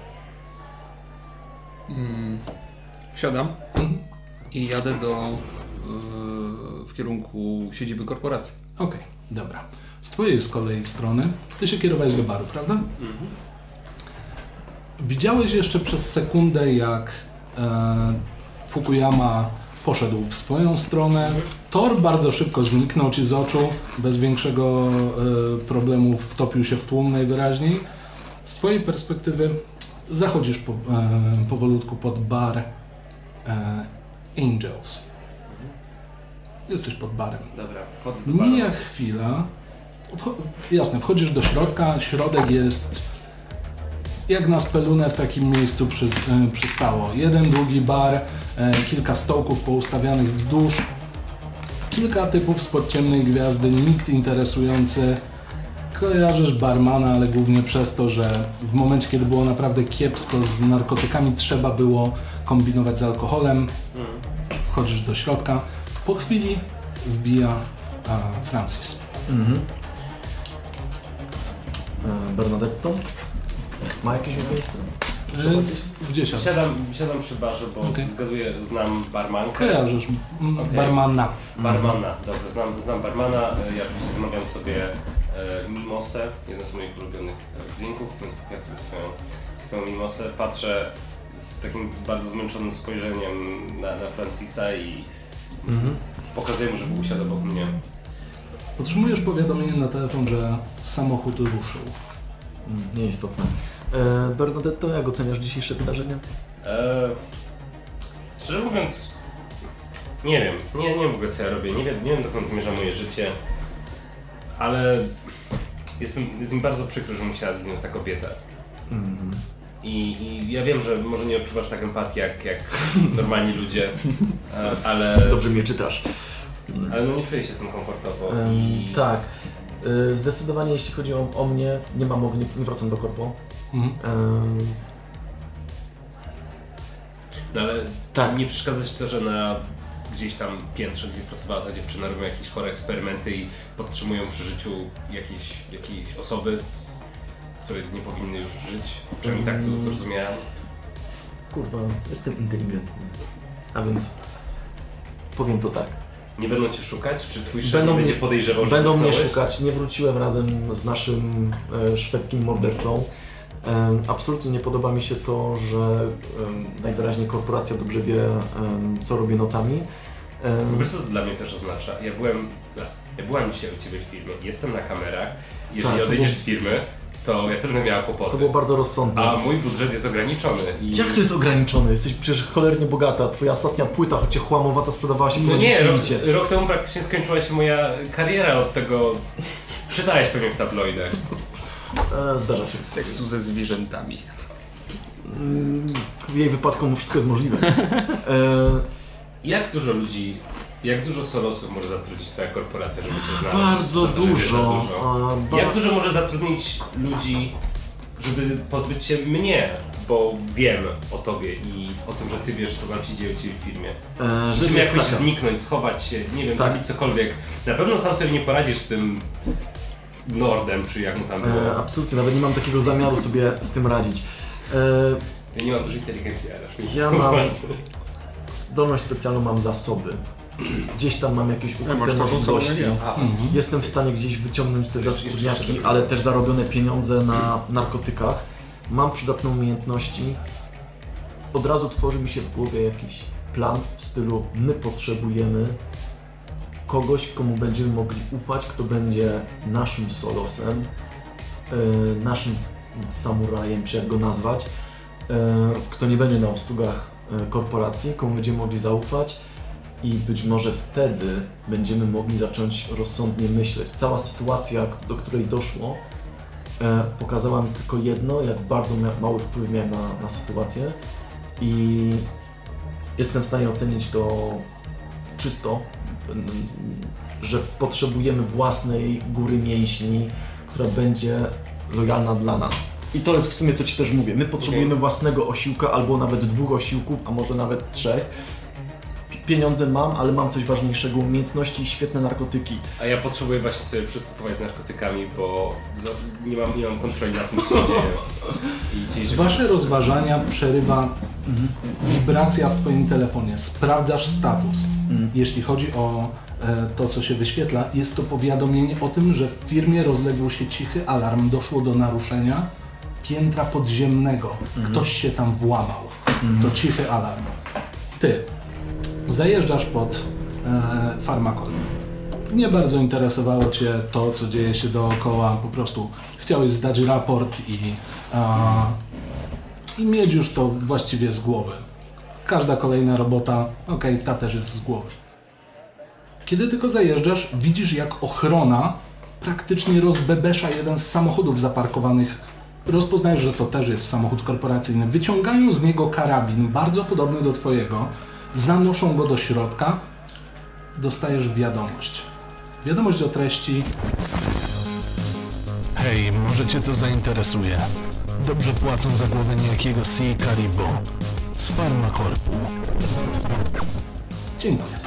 Mm, wsiadam mm. i jadę do, yy, w kierunku siedziby korporacji. Okej, okay, dobra. Z twojej z kolei strony, ty się kierowałeś do baru, prawda? Mhm. Widziałeś jeszcze przez sekundę, jak e, Fukuyama poszedł w swoją stronę. Tor bardzo szybko zniknął ci z oczu, bez większego e, problemu wtopił się w tłum najwyraźniej. Z twojej perspektywy zachodzisz po, e, powolutku pod bar e, Angels. Jesteś pod barem. Dobra, wchodzę do baru. Mija chwila. Wcho- jasne, wchodzisz do środka, środek jest jak na spelunę w takim miejscu przy, przystało. Jeden długi bar, e, kilka stołków poustawianych wzdłuż, kilka typów spod ciemnej gwiazdy, nikt interesujący. Kojarzysz barmana, ale głównie przez to, że w momencie, kiedy było naprawdę kiepsko z narkotykami, trzeba było kombinować z alkoholem. Wchodzisz do środka. Po chwili wbija a, Francis. Mhm. Bernadetto? Ma jakieś miejsce? E, gdzie siadasz? Siadam, siadam przy barze, bo okay. zgaduję, znam barmankę. Kojarzysz, okay. barmana. Barmana, dobrze, znam, znam barmana. Ja zamawiam sobie e, mimosę, jeden z moich ulubionych drinków, więc ja sobie swoją, swoją mimosę. Patrzę z takim bardzo zmęczonym spojrzeniem na, na Francisa i mm-hmm. pokazuję mu, żeby usiadł obok mnie. Otrzymujesz powiadomienie na telefon, że samochód ruszył. Mm, nieistotne. E, Bernadetto, jak oceniasz dzisiejsze wydarzenie? E, szczerze mówiąc, nie wiem, nie, nie wiem w ogóle co ja robię, nie wiem, nie wiem dokąd zmierza moje życie, ale jestem, jest mi bardzo przykro, że musiała zginąć ta kobieta. Mm. I, I ja wiem, że może nie odczuwasz tak empatii jak, jak normalni ludzie, ale... Dobrze mnie czytasz. Ale no nie czuję się z tym komfortowo. Um, i... Tak. Zdecydowanie jeśli chodzi o, o mnie, nie mam mowy, nie, nie wracam do korpo. Mhm. Um... No ale tak. Nie przeszkadza ci to, że na gdzieś tam piętrze, gdzie pracowała ta dziewczyna, robią jakieś chore eksperymenty i podtrzymują przy życiu jakieś, jakieś osoby, które nie powinny już żyć? Przynajmniej tak to zrozumiałem. Kurwa, jestem inteligentny. A więc powiem to tak. Nie będą cię szukać? Czy twój szef nie będzie podejrzewał, że Będą mnie szukać. Nie wróciłem razem z naszym e, szwedzkim mordercą. E, absolutnie nie podoba mi się to, że e, najwyraźniej korporacja dobrze wie, e, co robię nocami. E, Wiesz co to dla mnie też oznacza? Ja byłem, ja byłem dzisiaj u Ciebie w firmie, jestem na kamerach. Jeżeli tak, odejdziesz było... z firmy, to ja też będę miała kłopoty. To było bardzo rozsądne. A mój budżet jest ograniczony. I... Jak to jest ograniczony? Jesteś przecież cholernie bogata. Twoja ostatnia płyta, choć chłamowata, sprzedawała się po No nie, rok, rok temu praktycznie skończyła się moja kariera od tego... Czytałeś pewnie w tabloidach. E, zdarza się. Seksu ze zwierzętami. W jej wypadku wszystko jest możliwe. E... Jak dużo ludzi... Jak dużo Sorosów może zatrudnić twoja korporacja, żeby cię znaleźć? Bardzo dużo. dużo. A, ba... Jak dużo może zatrudnić ludzi, żeby pozbyć się mnie? bo wiem o tobie i o tym, że ty wiesz, co tam się dzieje u ciebie w firmie. Eee, Musimy jakoś taka. zniknąć, schować się, nie wiem, Tak. zrobić cokolwiek. Na pewno sam sobie nie poradzisz z tym Nordem, czy jak mu tam było. Eee, absolutnie, nawet nie mam takiego zamiaru sobie z tym radzić. Eee, Ja nie mam dużej inteligencji, ale Ja mam zdolność specjalną, mam zasoby. Gdzieś tam mam jakieś ukryte masz taką możliwości. samą jak A, Jestem w stanie gdzieś wyciągnąć te Jeszcze- zaskórniaki, jeszcze- ale też zarobione pieniądze na narkotykach. Mam przydatne umiejętności. Od razu tworzy mi się w głowie jakiś plan w stylu my potrzebujemy kogoś, komu będziemy mogli ufać, kto będzie naszym solosem, yy, naszym samurajem, czy jak go nazwać, yy, kto nie będzie na usługach yy, korporacji, komu będziemy mogli zaufać i być może wtedy będziemy mogli zacząć rozsądnie myśleć. Cała sytuacja, do której doszło, yy, pokazała mi tylko jedno, jak bardzo mia- mały wpływ miałem na, na sytuację i jestem w stanie ocenić to czysto, że potrzebujemy własnej góry mięśni, która będzie lojalna dla nas. I to jest w sumie, co Ci też mówię. My potrzebujemy Okay. własnego osiłka, albo nawet dwóch osiłków, a może nawet trzech. P- Pieniądze mam, ale mam coś ważniejszego, umiejętności i świetne narkotyki. A ja potrzebuję właśnie sobie przystępować z narkotykami, bo za, nie, mam, nie mam kontroli nad tym, co się dzieje. I dzisiejszy... Wasze rozważania przerywa wibracja w Twoim telefonie. Sprawdzasz status. Jeśli chodzi o e, to, co się wyświetla, jest to powiadomienie o tym, że w firmie rozległ się cichy alarm, doszło do naruszenia piętra podziemnego. Ktoś się tam włamał. To cichy alarm. Ty zajeżdżasz pod e, Farmakon. Nie bardzo interesowało Cię to, co dzieje się dookoła, po prostu chciałeś zdać raport i, a, i mieć już to właściwie z głowy. Każda kolejna robota, okej, ta też jest z głowy. Kiedy tylko zajeżdżasz, widzisz jak ochrona praktycznie rozbebesza jeden z samochodów zaparkowanych. Rozpoznajesz, że to też jest samochód korporacyjny. Wyciągają z niego karabin, bardzo podobny do Twojego, zanoszą go do środka, dostajesz wiadomość. Wiadomość o treści: Hej, może cię to zainteresuje. Dobrze płacą za głowę niejakiego Sea Caribou z Farmakorpu. dzień dobry.